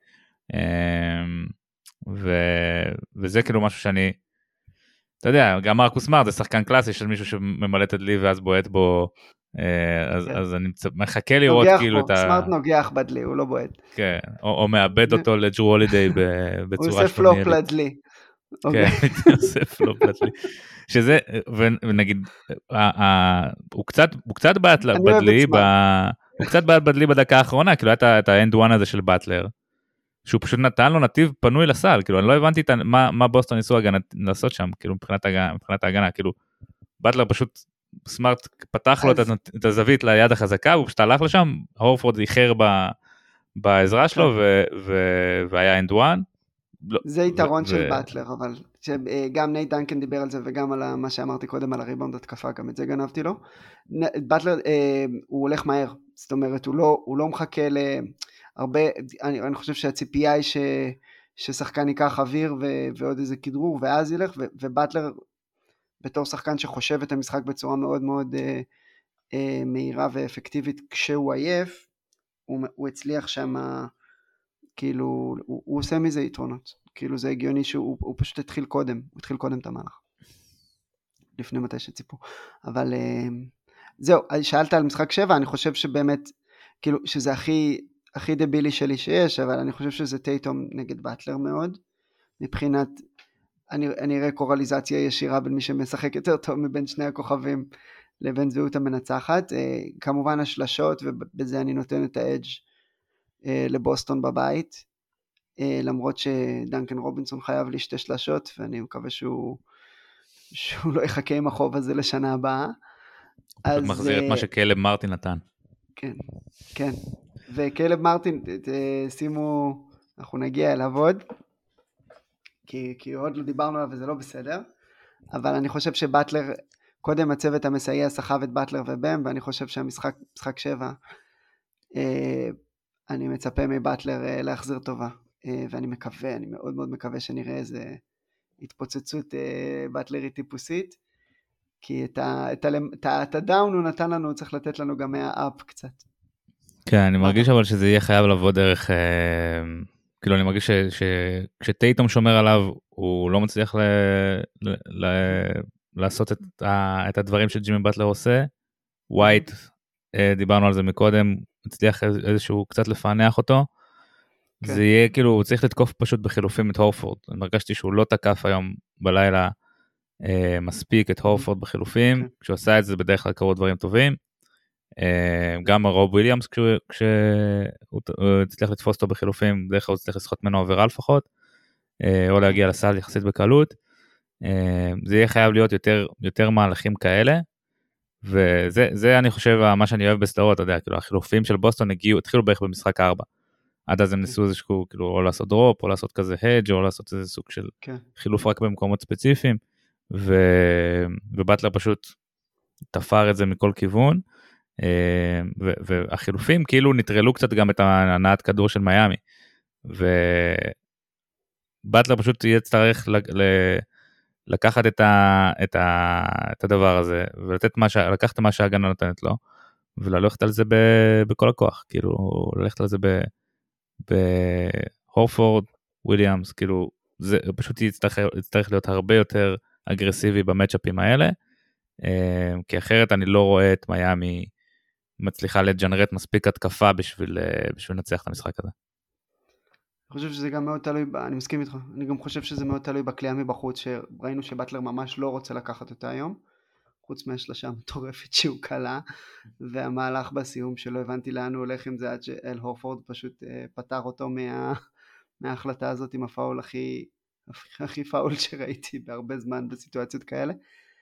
וזה כאילו משהו שאני, אתה יודע, גם מרקוס סמארט זה שחקן קלאסי של מישהו שממלא את הדלי ואז בועט בו, אז אני מחכה לראות כאילו את ה... סמארט נוגח בדלי, הוא לא בועט. כן, או מאבד אותו לג'רו הולידיי בצורה הוא עושה פלופ לדלי. כן, הוא עושה פלופ לדלי. שזה, ונגיד, הוא קצת בעט בדלי בדקה האחרונה, כאילו היה את האנד וואן הזה של באטלר, שהוא פשוט נתן לו נתיב פנוי לסל, כאילו אני לא הבנתי מה בוסטון ניסו לעשות שם, כאילו מבחינת ההגנה, כאילו באטלר פשוט סמארט פתח לו את הזווית ליד החזקה, הוא פשוט הלך לשם, הורפורד איחר בעזרה שלו, והיה אנד וואן. זה יתרון של באטלר, אבל גם נייט דנקן דיבר על זה, וגם על מה שאמרתי קודם על הריבאונד התקפה, גם את זה גנבתי לו. באטלר הוא הולך מהר, זאת אומרת הוא לא מחכה הרבה, אני חושב שהציפייה היא ששחקן ייקח אוויר ועוד איזה כדרור ואז ילך, ובאטלר בתור שחקן שחושב את המשחק בצורה מאוד מאוד מהירה ואפקטיבית כשהוא עייף, הוא הצליח שם, כאילו הוא עושה מזה יתרונות, כאילו זה הגיוני שהוא פשוט התחיל קודם את המהלך, לפני מתי שציפו, אבל זהו, שאלת על משחק 7, אני חושב שבאמת, כאילו שזה הכי דבילי שלי שיש, אבל אני חושב שזה טייטום נגד באטלר מאוד, מבחינת, אני אראה קורליזציה ישירה בין מי שמשחק יותר טוב מבין שני הכוכבים, לבין זהות המנצחת, כמובן השלשות, ובזה אני נותן את האדג' לבוסטון בבית, למרות שדנקן רובינסון חייב לי 2 שלשות, ואני מקווה שהוא לא יחכה עם החוב הזה לשנה הבאה. הוא מחזיר את מה שקלב מרטין נתן. כן, כן. וקלב מרטין, שימו, אנחנו נגיע אליו עוד, כי עוד לא דיברנו עליו וזה לא בסדר, אבל אני חושב שבטלר, קודם הצוות המסייע סחב את בטלר ובם, ואני חושב שהמשחק 7, אני מצפה מבטלר להחזיר טובה, ואני מאוד מאוד מקווה שנראה איזה התפוצצות בטלרית טיפוסית, כי את הדאון הוא נתן לנו, צריך לתת לנו גם מהאפ קצת. כן, אני מרגיש אבל שזה יהיה חייב לבוא דרך, כאילו אני מרגיש שכשטייטום שומר עליו, הוא לא מצליח לעשות את הדברים שג'ימי באטלר עושה, ווייט, דיברנו על זה מקודם, הצליח איזשהו קצת לפענח אותו, זה יהיה כאילו, הוא צריך לתקוף פשוט בחילופים את הורפורד, אני מרגשתי שהוא לא תקף היום בלילה מספיק את הורפורד בחילופים, כשהוא עשה את זה בדרך כלל קרו דברים טובים, גם רוב וויליאמס כשהוא הצליח לתפוס אותו בחילופים, בדרך כלל הוא הצליח לשחוט ממנו עבירה לפחות, או להגיע לסל יחסית בקלות, זה יהיה חייב להיות יותר מהלכים כאלה, וזה אני חושב מה שאני אוהב בסדרות, אתה יודע, כאילו החילופים של בוסטון התחילו בערך במשחק 4, עד אז הם ניסו איזשהו, כאילו, או לעשות דרופ, או לעשות כזה הדג' או לעשות איזה סוג של חילוף רק במקומות ספציפיים, ובטלר פשוט תפר את זה מכל כיוון, והחילופים כאילו נטרלו קצת גם את הנעת כדור של מיאמי, ובטלר פשוט יצטרך לקחת את הדבר הזה, ולקחת מה שההגנה נותנת לו, וללכת על זה בכל הכוח, כאילו, ללכת על זה בהורפורד, וויליאמס, כאילו, זה פשוט יצטרך להיות הרבה יותר אגרסיבי במצ'אפים האלה, כי אחרת אני לא רואה את מיאמי מצליחה לג'נרט מספיק התקפה בשביל לנצח את המשחק הזה. אני חושב שזה גם מאוד תלוי, אני מסכים איתך, אני גם חושב שזה מאוד תלוי בקליעה מבחוץ, שראינו שבטלר ממש לא רוצה לקחת אותה היום, חוץ מהשלשה המטורפת שהוא קלה, והמהלך בסיום שלא הבנתי לאן הוא הולך עם זה, עד שאל הורפורד פשוט פתר אותו מההחלטה הזאת עם הפאול הכי פאול שראיתי בהרבה זמן בסיטואציות כאלה.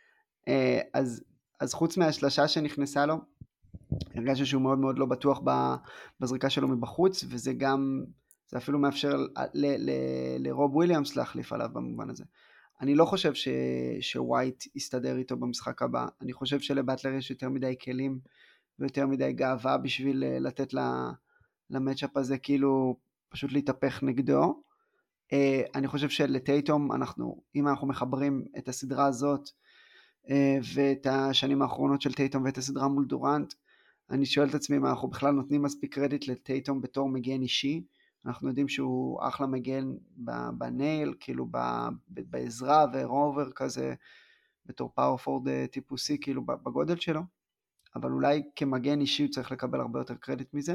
אז חוץ מהשלשה שנכנסה לו, הרגשתי שהוא מאוד מאוד לא בטוח בזריקה שלו מבחוץ, וזה גם, זה אפילו מאפשר לרוב וויליאמס להחליף עליו במובן הזה. אני לא חושב שווייט יסתדר איתו במשחק הבא, אני חושב שלבטלר יש יותר מדי כלים, ויותר מדי גאווה בשביל לתת למצ'אפ הזה כאילו פשוט להתהפך נגדו. אני חושב שלטייטום, אם אנחנו מחברים את הסדרה הזאת, ואת השנים האחרונות של טייטום ואת הסדרה מול דורנט, אני שואל את עצמי מה אנחנו בכלל נותנים מספיק קרדיט לטייטום בתור מגן אישי, אנחנו יודעים שהוא אחלה מגן בנייל, כאילו בעזרה ורובר כזה, בתור פאורפורד טיפוסי כאילו בגודל שלו, אבל אולי כמגן אישי הוא צריך לקבל הרבה יותר קרדיט מזה,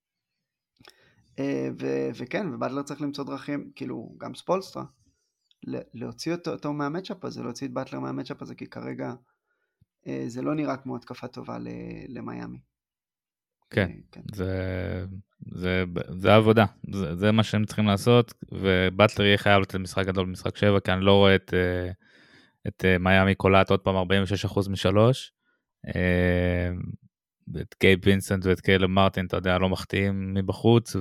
וכן, ובטלר צריך למצוא דרכים, כאילו גם ספולסטרה, להוציא אותו מהמצ'אפ הזה, להוציא את בטלר מהמצ'אפ הזה, כי כרגע זה לא נראה כמו התקפה טובה למיימי. כן, זה עבודה, זה מה שהם צריכים לעשות, ובטלר יהיה חייב לתת משחק גדול במשחק 7, כי אני לא רואה את מיימי קולט עוד פעם 46% משלוש, את קייב וינסנט ואת קיילב מרטין, אתה יודע, לא מחטיאים מבחוץ,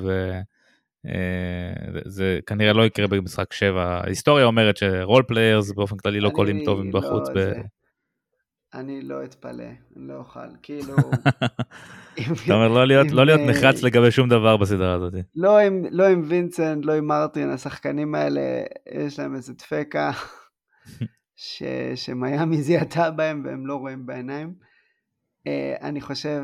זה כנראה לא יקרה במשחק 7, ההיסטוריה אומרת שרול פליירס באופן כללי לא קולים טובים בחוץ. אני לא אתפלא, אני לא אוכל, כאילו... אתה אומר לא להיות נחרץ לגבי שום דבר בסדרה הזאת. לא עם וינסנט, לא עם מרטין, השחקנים האלה, יש להם איזה דפקה, שמיימי זיהתה בהם, והם לא רואים בעיניים. אני חושב,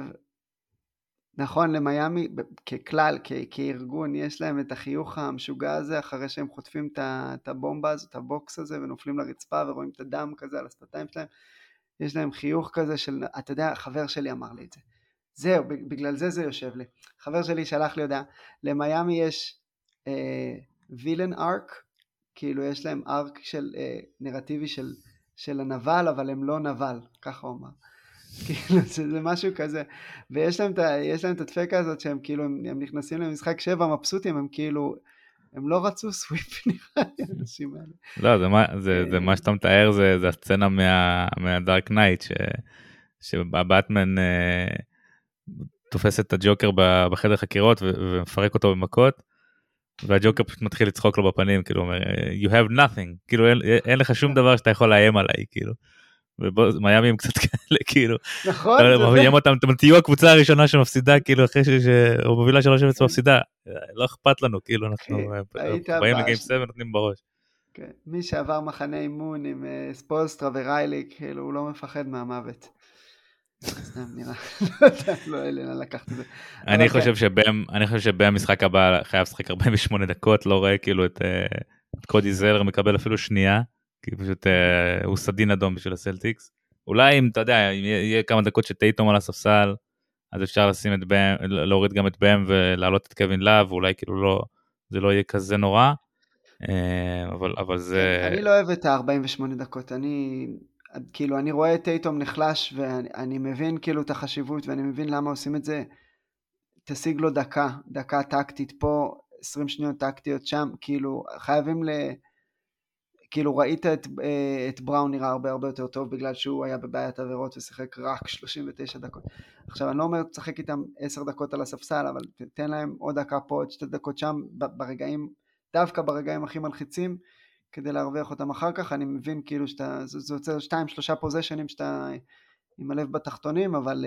נכון, למיימי, ככלל, כארגון, יש להם את החיוך המשוגע הזה, אחרי שהם חוטפים את הבומבה הזאת, את הבוקס הזה, ונופלים לרצפה, ורואים את הדם כזה על השפתיים שלהם, יש להם חיוך כזה של, אתה יודע, חבר שלי אמר לי את זה. זהו, בגלל זה יושב לי. חבר שלי שלח לי הודעה, למיימי יש וילן ארק, כאילו יש להם ארק של נרטיבי של הנבל, אבל הם לא נבל, ככה הוא אמר. כאילו זה משהו כזה, ויש להם את הדפקה הזאת שהם כאילו, הם נכנסים למשחק 7 מבסוטים, הם כאילו, הם לא רצו סוויפ נראה לי אנשים האלה. לא, זה מה שאתה מתאר, זה הסצנה מהדארק נייט, שהבטמן תופס את הג'וקר בחדר חקירות ומפרק אותו במכות, והג'וקר פשוט מתחיל לצחוק לו בפנים, כאילו אומר, you have nothing, כאילו אין לך שום דבר שאתה יכול לאיים עליי, כאילו. ומיימי הם קצת כאלה, כאילו. נכון, אתם תהיו הקבוצה הראשונה שמפסידה, כאילו אחרי שמובילה 3-0 מפסידה, לא אכפת לנו, כאילו אנחנו באים לגיים 7 ונותנים בראש. מי שעבר מחנה אימון עם ספולסטרה וריילי, כאילו הוא לא מפחד מהמוות. סתם נראה, לא אלנה לקחת את זה. אני חושב שבמשחק הבא חייב לשחק 48 דקות, לא רואה כאילו את קודי זלר מקבל אפילו שנייה, כי פשוט הוא סדין אדום בשביל הסלטיקס. אולי אם אתה יודע, אם יהיה כמה דקות שטייטום על הספסל, אז אפשר לשים את בם, להוריד גם את בם ולהעלות את קווין לאב, ואולי כאילו זה לא יהיה כזה נורא, אבל זה... אני לא אוהב את ה-48 דקות, אני רואה את טייטום נחלש, ואני מבין כאילו את החשיבות, ואני מבין למה עושים את זה, תשיג לו דקה טקטית פה, 20 שניות טקטיות שם, כאילו חייבים כאילו ראית את בראון נראה הרבה יותר טוב, בגלל שהוא היה בבעיית עבירות ושיחק רק 39 דקות. עכשיו אני לא אומר תשחק איתם 10 דקות על הספסל, אבל תן להם עוד דקה פה, עוד 2 דקות שם, דווקא ברגעים הכי מלחיצים, כדי להרוויח אותם אחר כך. אני מבין כאילו זה יוצא 2-3 פוזיישנים שאתה עם הלב בתחתונים, אבל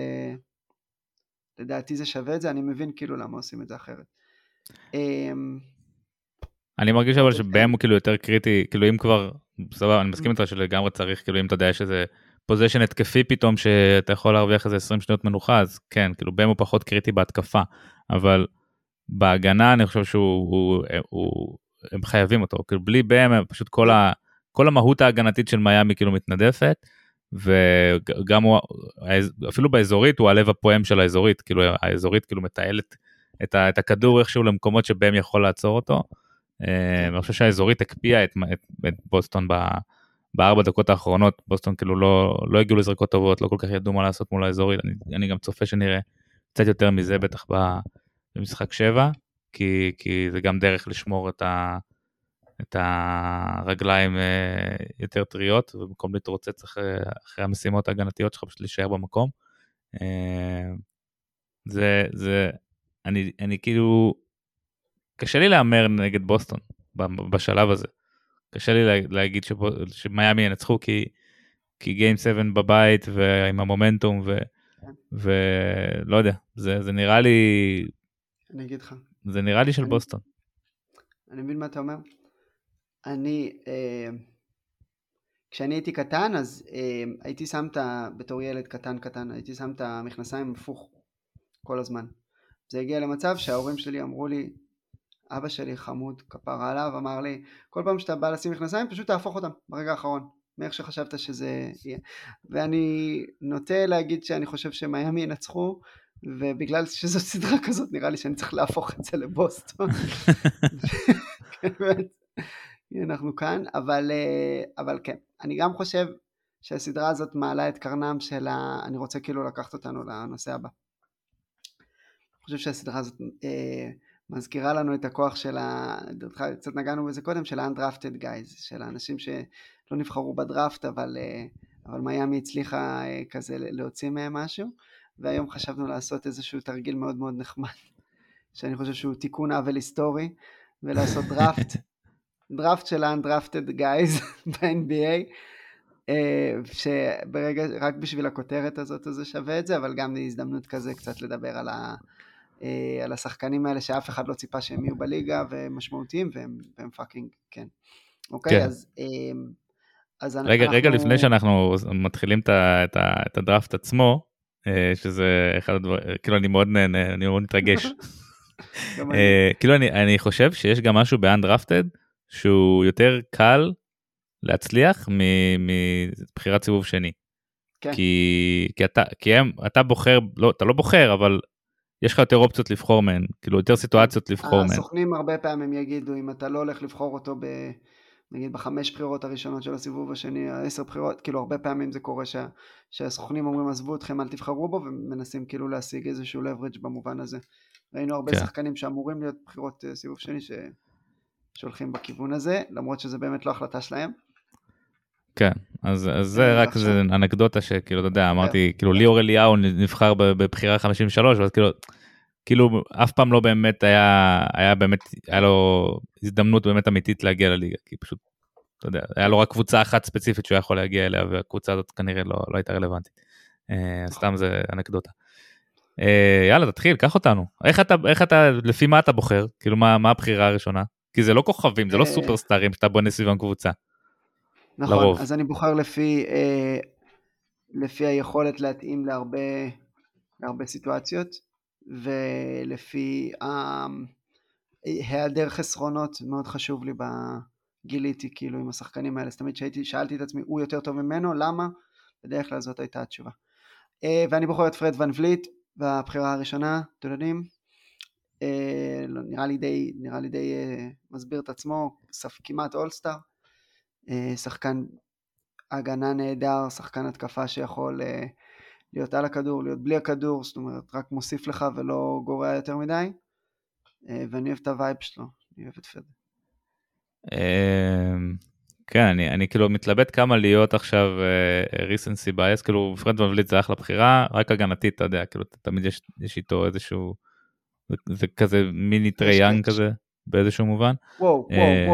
לדעתי זה שווה את זה, אני מבין כאילו למה עושים את זה אחרת. אני מרגיש אבל שבהם הוא כאילו יותר קריטי, כאילו אם כבר סבבה, אני מסכים איתך שלגמרי צריך, כאילו אם אתה יודע, יש איזה פוזיישן התקפי פתאום, שאתה יכול להרוויח איזה 20 שניות מנוחה, אז כן, כאילו בם הוא פחות קריטי בהתקפה, אבל בהגנה אני חושב הם חייבים אותו, כאילו בלי בם, פשוט כל המהות ההגנתית של מיאמי כאילו מתנדפת, וגם הוא, אפילו באזורית, הוא הלב הפועם של האזורית, כאילו האזורית כאילו מטיילת את הכדור איכשהו למקומות שבהם יכול לעצור אותו. אני חושב שהאזורית הקפיאה את בוסטון בארבע דקות האחרונות, בוסטון כאילו לא הגיעו לזרקות טובות, לא כל כך ידעו מה לעשות מול האזורית, אני גם צופה שנראה קצת יותר מזה בטח במשחק 7, כי זה גם דרך לשמור את הרגליים יותר טריות, ובמקום להתרוצץ אחרי המשימות ההגנתיות שלך, פשוט להישאר במקום. אני כאילו, קשה לי לאמר נגד בוסטון בשלב הזה. קשה לי להגיד שמיאמי ינצחו, כי גיים 7 בבית ועם המומנטום, ולא יודע, זה נראה לי, אני אגיד לך. זה נראה לי של בוסטון. אני מבין מה אתה אומר. כשאני הייתי קטן, אז הייתי שם בתור ילד קטן, הייתי שם את המכנסיים הפוך כל הזמן. זה הגיע למצב שההורים שלי אמרו לי, אבא שלי חמוד, כפרה עליו, אמר לי, כל פעם שאתה בא לשים מכנסיים, פשוט תהפוך אותם ברגע האחרון, מאיך שחשבת שזה יהיה. ואני נוטה להגיד שאני חושב שמיאמי ינצחו, ובגלל שזאת סדרה כזאת, נראה לי שאני צריך להפוך את זה לבוסטון. אנחנו כאן, אבל כן, אני גם חושב שהסדרה הזאת מעלה את קרנם של אני רוצה כאילו לקחת אותנו לנושא הבא. אני חושב שהסדרה הזאת מזכירה לנו את הכוח של קצת נגענו בזה קודם, של ה-undrafted guys, של האנשים שלא נבחרו בדראפט, אבל מיאמי הצליחה כזה להוציא מהם משהו, והיום חשבנו לעשות איזשהו תרגיל מאוד מאוד נחמד, שאני חושב שהוא תיקון עוול היסטורי, ולעשות דראפט של ה-undrafted guys ב-NBA, שברגע, רק בשביל הכותרת הזאת זה שווה את זה, אבל גם הזדמנות כזה קצת לדבר על השחקנים האלה שאף אחד לא ציפה שהם יהיו בליגה ומשמעותיים, והם פאקינג, כן. אוקיי, אז רגע לפני שאנחנו מתחילים את הדראפט עצמו, שזה אחד הדברים, כאילו אני מאוד נהנה, אני מאוד מתרגש. כאילו אני חושב שיש גם משהו ב-undrafted, שהוא יותר קל להצליח מבחירת סיבוב שני. כי אתה בוחר, אתה לא בוחר, אבל יש לך יותר אופציות לבחור מהן, כאילו יותר סיטואציות לבחור מהן. הסוכנים הרבה פעמים יגידו, אם אתה לא הולך לבחור אותו נגיד ב5 בחירות הראשונות של הסיבוב השני, 10 בחירות, כאילו הרבה פעמים זה קורה שהסוכנים אומרים עזבו אתכם, אל תבחרו בו, ומנסים כאילו להשיג איזשהו leverage במובן הזה. ראינו הרבה שחקנים שאמורים להיות בחירות סיבוב שני שהולכים בכיוון הזה, למרות שזה באמת לא החלטה שלהם. כן, אז זה רק איזה אנקדוטה שכאילו, אתה יודע, אמרתי, כאילו ליאור אליהו נבחר בבחירה 53, ואז כאילו אף פעם לא באמת היה לו הזדמנות באמת אמיתית להגיע לליגה, כי פשוט, אתה יודע, היה לו רק קבוצה אחת ספציפית שהוא יכול להגיע אליה, והקבוצה הזאת כנראה לא הייתה רלוונטית. סתם זה אנקדוטה. יאללה, תתחיל, קח אותנו. איך אתה, לפי מה אתה בוחר? כאילו, מה הבחירה הראשונה? כי זה לא כוכבים, זה לא סופרסטארים שאתה בונה סביבם קבוצה. נכון, לרוב. אז אני בוחר לפי היכולת להתאים להרבה סיטואציות, ולפי היעדר חסרונות, מאוד חשוב לי בגיליתי, כאילו עם השחקנים האלה, תמיד שאלתי את עצמי, הוא יותר טוב ממנו, למה? בדרך כלל זאת הייתה התשובה. ואני בוחר את פרד ון וליט, בבחירה הראשונה, אתם יודעים, נראה לי די מסביר את עצמו, כמעט אולסטאר, שחקן הגנה נהדר, שחקן התקפה שיכול להיות על הכדור, להיות בלי הכדור, זאת אומרת, רק מוסיף לך ולא גורע יותר מדי, ואני אוהב את הווייב שלו, אני אוהב את פרד. כן, אני כאילו מתלבט כמה להיות עכשיו ריסנסי בייס, כאילו פרד ון וליט זה אחלה בחירה, רק הגנתית, אתה יודע, כאילו תמיד יש איתו איזשהו, זה כזה מיני טרייאנג כזה, באיזשהו מובן. וואו.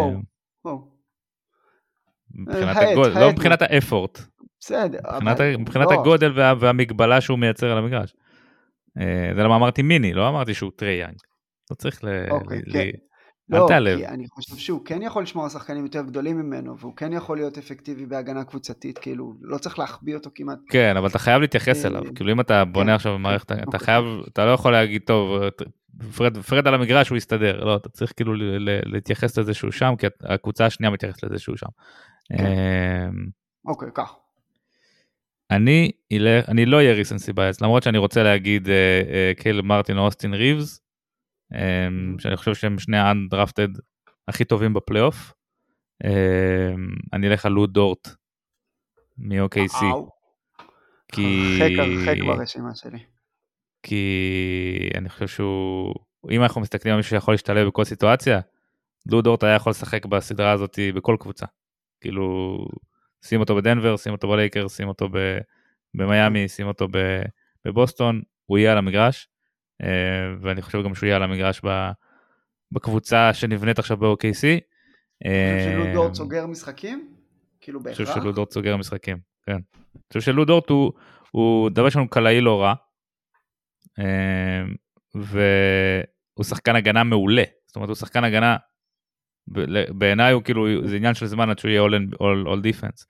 לא מבחינת האפורט, בסדר. מבחינת הגודל והמגבלה שהוא מייצר על המגרש. זה למה אמרתי מיני, לא אמרתי שהוא טרייאנג. לא צריך אל לא, תעלב. כי אני חושב שהוא כן יכול לשמור על שחקנים יותר גדולים ממנו, והוא כן יכול להיות אפקטיבי בהגנה קבוצתית, כאילו, לא צריך להחביא אותו כמעט. כן, אבל אתה חייב להתייחס אליו, כאילו אם אתה בונה כן, עכשיו במערכת, כן, אתה אוקיי. חייב, אתה לא יכול להגיד, טוב, פרד על המגרש הוא יסתדר, לא, אתה צריך כאילו להתייחס לזה שהוא שם, כי הקבוצה השנייה מתייחסת לזה שהוא שם. אוקיי, כך. אני לא אהיה ריסנסי בייס, למרות שאני רוצה להגיד קייל מרטין או אוסטין ריבס, שאני חושב שהם שני האנדרפטד הכי טובים בפלייאוף. אני אלך על לוד דורט מ-OKC. הרחק ברשימה שלי. כי אני חושב שהוא, אם אנחנו מסתכלים על מישהו שיכול להשתלב בכל סיטואציה, לוד דורט היה יכול לשחק בסדרה הזאת בכל קבוצה. כאילו, שים אותו בדנבר, שים אותו בלייקר, שים אותו במיימי, שים אותו בבוסטון, הוא יהיה על המגרש, ואני חושב גם שהוא יהיה על המגרש בקבוצה שנבנית עכשיו ב-OKC. אתה חושב שלוד דורט סוגר משחקים? כאילו בהכרח? אני חושב שלוד דורט סוגר משחקים, כן. אני חושב שלוד דורט הוא דבר שלנו קלעי לא רע, והוא שחקן הגנה מעולה, זאת אומרת הוא שחקן הגנה, בעיניי הוא כאילו, זה עניין של זמן עד שהוא יהיה all defense,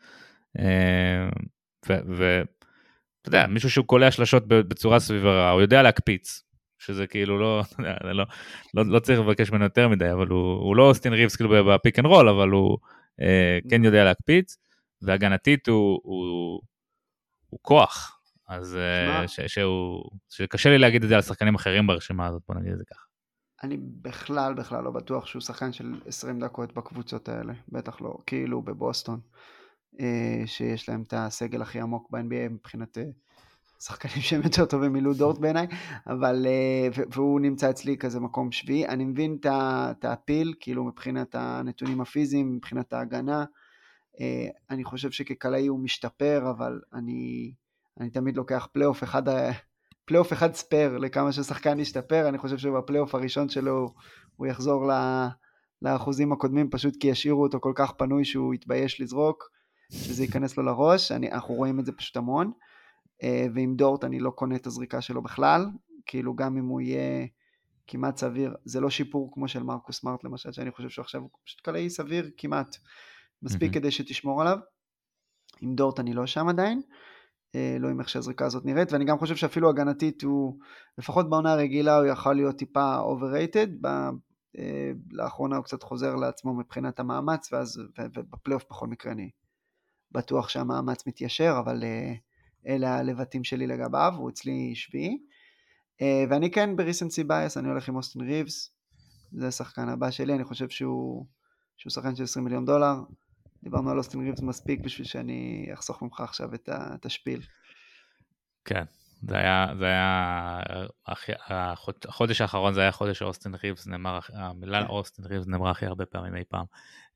ואתה יודע, מישהו שהוא קולע שלשות בצורה סביבה, הוא יודע להקפיץ, שזה כאילו לא צריך לבקש ממנו יותר מדי, אבל הוא לא אוסטין ריבס כאילו בפיק אנד רול, אבל הוא כן יודע להקפיץ, והגנתית הוא כוח, אז שקשה לי להגיד את זה על שחקנים אחרים ברשימה הזאת, בוא נגיד את זה ככה. אני בכלל לא בטוח שהוא שחקן של 20 דקות בקבוצות האלה, בטח לא, כאילו בבוסטון, שיש להם את הסגל הכי עמוק ב-NBA מבחינת שחקנים שהם יותר טובים מלוד דורט בעיניי, אבל, והוא נמצא אצלי כזה מקום שביעי, אני מבין את הפיל, כאילו מבחינת הנתונים הפיזיים, מבחינת ההגנה, אני חושב שכקלעי הוא משתפר, אבל אני תמיד לוקח פלייאוף אחד ספר לכמה ששחקן ישתפר, אני חושב שבפלייאוף הראשון שלו הוא יחזור לאחוזים הקודמים, פשוט כי ישאירו אותו כל כך פנוי שהוא יתבייש לזרוק, שזה ייכנס לו לראש, אנחנו רואים את זה פשוט המון, ועם דורט אני לא קונה את הזריקה שלו בכלל, כאילו גם אם הוא יהיה כמעט סביר, זה לא שיפור כמו של מרקוס סמארט למשל, שאני חושב שעכשיו הוא פשוט קלעי סביר כמעט, מספיק כדי שתשמור עליו, עם דורט אני לא שם עדיין, לא עם איך שהזריקה הזאת נראית, ואני גם חושב שאפילו הגנתית הוא, לפחות בעונה הרגילה הוא יכול להיות טיפה overrated, לאחרונה הוא קצת חוזר לעצמו מבחינת המאמץ, ובפלייאוף בכל מקרה אני בטוח שהמאמץ מתיישר, אבל אלה הלבטים שלי לגביו, הוא אצלי שביעי, ואני כן בריסנסי בייס, אני הולך עם אוסטין ריבס, זה השחקן הבא שלי, אני חושב שהוא שחקן של $20 מיליון, דיברנו על אוסטין ריבס מספיק בשביל שאני אחסוך ממך עכשיו את השפיל. כן, זה היה החודש האחרון זה היה חודש אוסטין ריבס, המילה אוסטין ריבס נאמרה הכי הרבה פעמים אי פעם.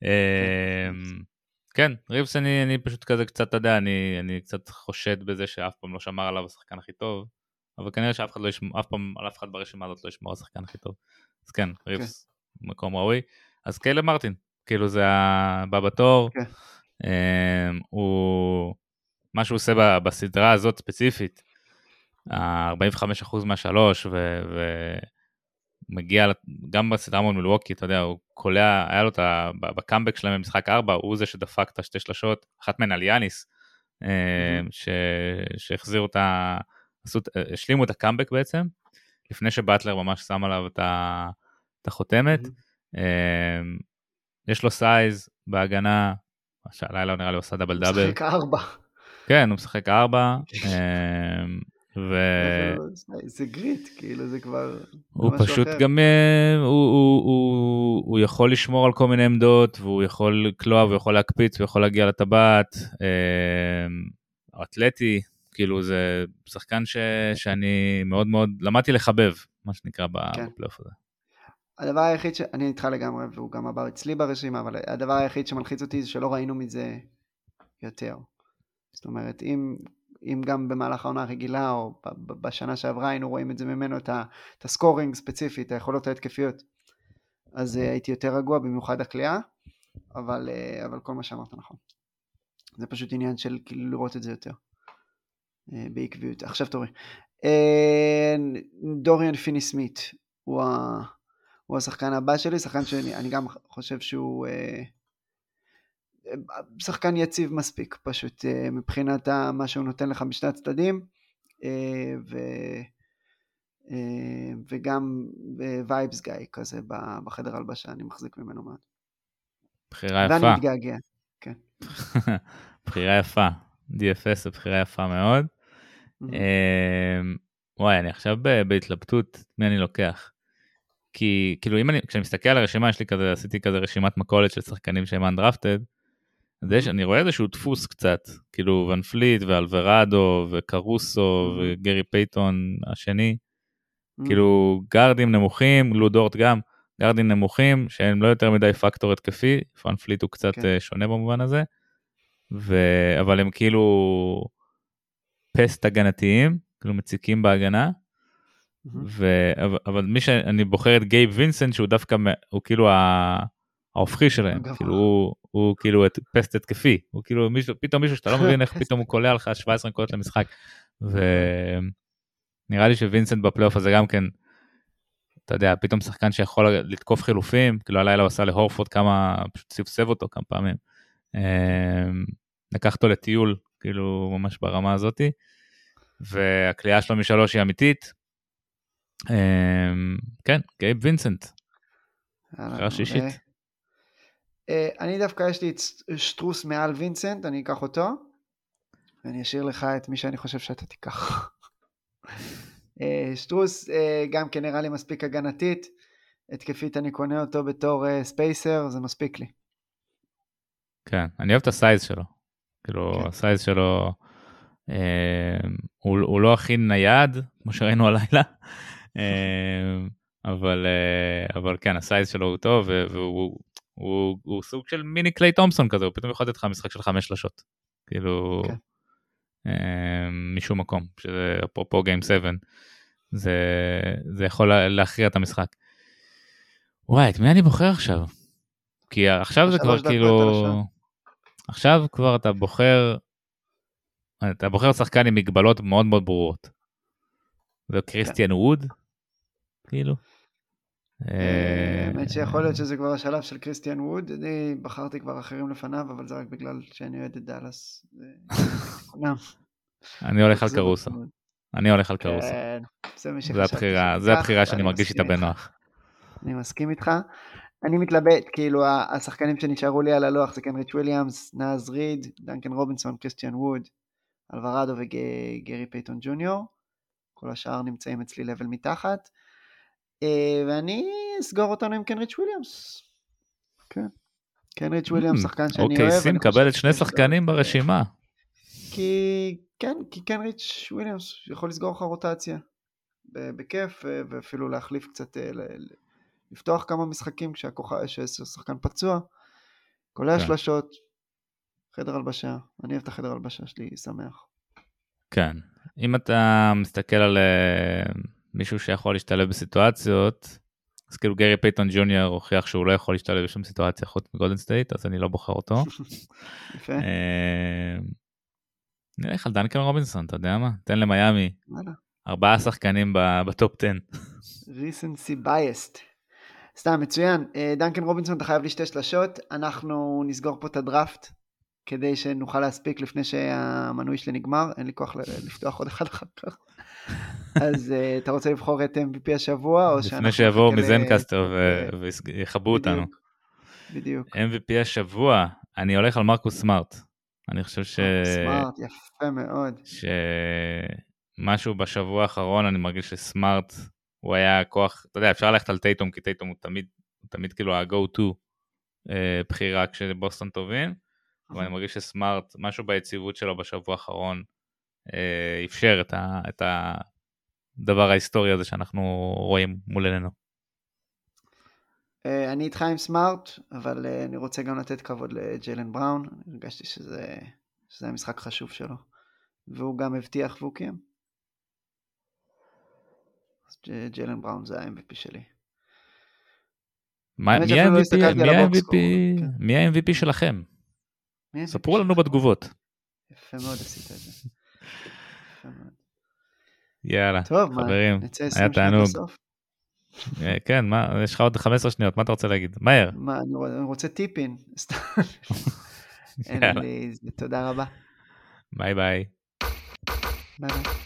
כן, ריבס אני פשוט כזה קצת, אתה יודע, אני קצת חושד בזה שאף פעם לא שמר עליו השחקן הכי טוב, אבל כנראה שאף אחד לא ישמור, אף פעם על אף אחד ברשימה הזאת לא ישמור על השחקן הכי טוב. אז כן, ריבס מקום ראוי. אז קייל מרטין, כאילו זה הבא בתור, מה שהוא עושה בסדרה הזאת ספציפית, 45% מהשלוש, ומגיע גם בסדרה מול מילווקי, אתה יודע, הוא קולע, היה לו בקאמבק שלהם במשחק 4, הוא זה שדפק את השתי שלשות, אחת מהן על יאניס, שהחזירו השלימו את הקאמבק בעצם, לפני שבטלר ממש שם עליו את החותמת, יש לו סייז בהגנה, הלילה הוא נראה לי עושה דאבל דאבל. הוא משחק 4. כן, הוא משחק 4. זה גריט, כאילו זה כבר... הוא פשוט גם, הוא יכול לשמור על כל מיני עמדות, והוא יכול לקלוע, והוא יכול להקפיץ, והוא יכול להגיע לטבעת, אתלטי, כאילו זה שחקן שאני מאוד מאוד, למדתי לחבב, מה שנקרא בפלייאוף הזה. הדבר היחיד אני איתך לגמרי, והוא גם עבר אצלי ברשימה, אבל הדבר היחיד שמלחיץ אותי זה שלא ראינו מזה יותר. זאת אומרת, אם גם במהלך העונה הרגילה, או בשנה שעברה היינו רואים את זה ממנו, את הסקורינג ספציפית, היכולות ההתקפיות, אז הייתי יותר רגוע, במיוחד הקליעה, אבל כל מה שאמרת נכון. זה פשוט עניין של כאילו לראות את זה יותר, בעקביות. עכשיו תורי. דוריאן פיני סמית, הוא הוא השחקן הבא שלי, שחקן שאני גם חושב שהוא שחקן יציב מספיק, פשוט מבחינת מה שהוא נותן לך בשני הצדדים, וגם וייבס גיא כזה בחדר הלבשה, אני מחזיק ממנו מאוד. בחירה יפה. ואני מתגעגע, כן. בחירה יפה, DFS זה בחירה יפה מאוד. וואי, אני עכשיו בהתלבטות מי אני לוקח. כי כאילו כשאני מסתכל על הרשימה, עשיתי כזה רשימת מכולת של שחקנים שהם אנדרפטד, אז אני רואה איזשהו דפוס קצת, כאילו ון פליט ואלוורדו וקרוסו וגרי פייטון השני, כאילו גארדים נמוכים, לודורט גם, גארדים נמוכים שהם לא יותר מדי פקטור התקפי, ון פליט הוא קצת שונה במובן הזה, אבל הם כאילו פסט הגנתיים, כאילו מציקים בהגנה, אבל מי שאני בוחר את גייב וינסנט, שהוא דווקא, הוא כאילו ההופכי שלהם, כאילו הוא כאילו פסט התקפי, הוא כאילו פתאום מישהו שאתה לא מבין איך פתאום הוא קולע לך 17 נקודות למשחק, ונראה לי שווינסנט בפלייאוף הזה גם כן, אתה יודע, פתאום שחקן שיכול לתקוף חילופים, כאילו הלילה הוא עשה להורפורד כמה, פשוט סבסב אותו כמה פעמים, לקח אותו לטיול, כאילו ממש ברמה הזאת, והקליעה שלו משלוש היא אמיתית, כן, גייב וינסנט, בחירה שישית. אני דווקא יש לי את שטרוס מעל וינסנט, אני אקח אותו, ואני אשאיר לך את מי שאני חושב שאתה תיקח. שטרוס גם כן נראה לי מספיק הגנתית, התקפית אני קונה אותו בתור ספייסר, זה מספיק לי. כן, אני אוהב את הסייז שלו, כאילו הסייז שלו, הוא לא הכי נייד, כמו שראינו הלילה, אבל כן, הסייז שלו הוא טוב, והוא סוג של מיני קליי תומפסון כזה, הוא פתאום יכול לתת לך משחק של 5 שלשות, כאילו, משום מקום, שזה אפרופו גיים 7, זה יכול להכריע את המשחק. וואי, את מי אני בוחר עכשיו? כי עכשיו זה כבר כאילו, עכשיו כבר אתה בוחר שחקן עם מגבלות מאוד מאוד ברורות. זה קריסטיאן ווד, כאילו. האמת שיכול להיות שזה כבר השלב של קריסטיאן ווד, אני בחרתי כבר אחרים לפניו, אבל זה רק בגלל שאני אוהד את דאלאס. אני הולך על קרוסו. זה הבחירה שאני מרגיש איתה בנוח. אני מסכים איתך. אני מתלבט, כאילו השחקנים שנשארו לי על הלוח זה קנריץ' וויליאמס, נאז ריד, דנקן רובינסון, קריסטיאן ווד, אלוורדו וגרי פייטון ג'וניור. כל השאר נמצאים אצלי לבל מתחת. ואני אסגור אותנו עם קנריץ' וויליאמס. כן. קנריץ' וויליאמס, שחקן שאני אוהב. אוקיי, סים קבל את שני שחקנים ברשימה. כי קנריץ' וויליאמס יכול לסגור לך רוטציה. בכיף, ואפילו להחליף קצת, לפתוח כמה משחקים כששחקן פצוע. קולע שלשות, חדר הלבשה. אני אוהב את החדר הלבשה שלי, שמח. כן. אם אתה מסתכל על מישהו שיכול להשתלב בסיטואציות, אז כאילו גרי פייטון ג'וניור הוכיח שהוא לא יכול להשתלב בשום סיטואציה חוץ מגולדן סטייט, אז אני לא בוחר אותו. יפה. נלך על דנקן רובינסון, אתה יודע מה? תן למיימי. 4 שחקנים בטופ 10. recency biased. סתם, מצוין. דנקן רובינסון, אתה חייב לי 2 שלשות. אנחנו נסגור פה את הדראפט, כדי שנוכל להספיק לפני שהמנוי שלי נגמר. אין לי כוח לפתוח עוד אחד אחר כך. אז אתה רוצה לבחור את MVP השבוע, או לפני שיבואו מזנקסטר ויחבו אותנו. בדיוק. MVP השבוע, אני הולך על מרקוס סמארט. אני חושב סמארט, יפה מאוד. שמשהו בשבוע האחרון, אני מרגיש שסמארט, הוא היה כוח, אתה יודע, אפשר ללכת על טייטום, כי טייטום הוא תמיד כאילו ה-go-to בחירה כשבוסטון טובים, אבל אני מרגיש שסמארט, משהו ביציבות שלו בשבוע האחרון, אפשר את הדבר ההיסטורי הזה שאנחנו רואים מול עינינו. אני איתך עם סמארט, אבל אני רוצה גם לתת כבוד לג'יילן בראון, אני הרגשתי שזה המשחק חשוב שלו, והוא גם הבטיח והוא קיים. ג'יילן בראון זה ה-MVP שלי. מי ה-MVP שלכם? ספרו לנו בתגובות. יפה מאוד עשית את זה. יפה מאוד. יאללה, טוב, חברים, נצא היה תענוג. כן, מה, יש לך עוד 15 שניות, מה אתה רוצה להגיד? מהר. מה, אני רוצה טיפין. אין יאללה. לי, תודה רבה. ביי ביי. ביי ביי.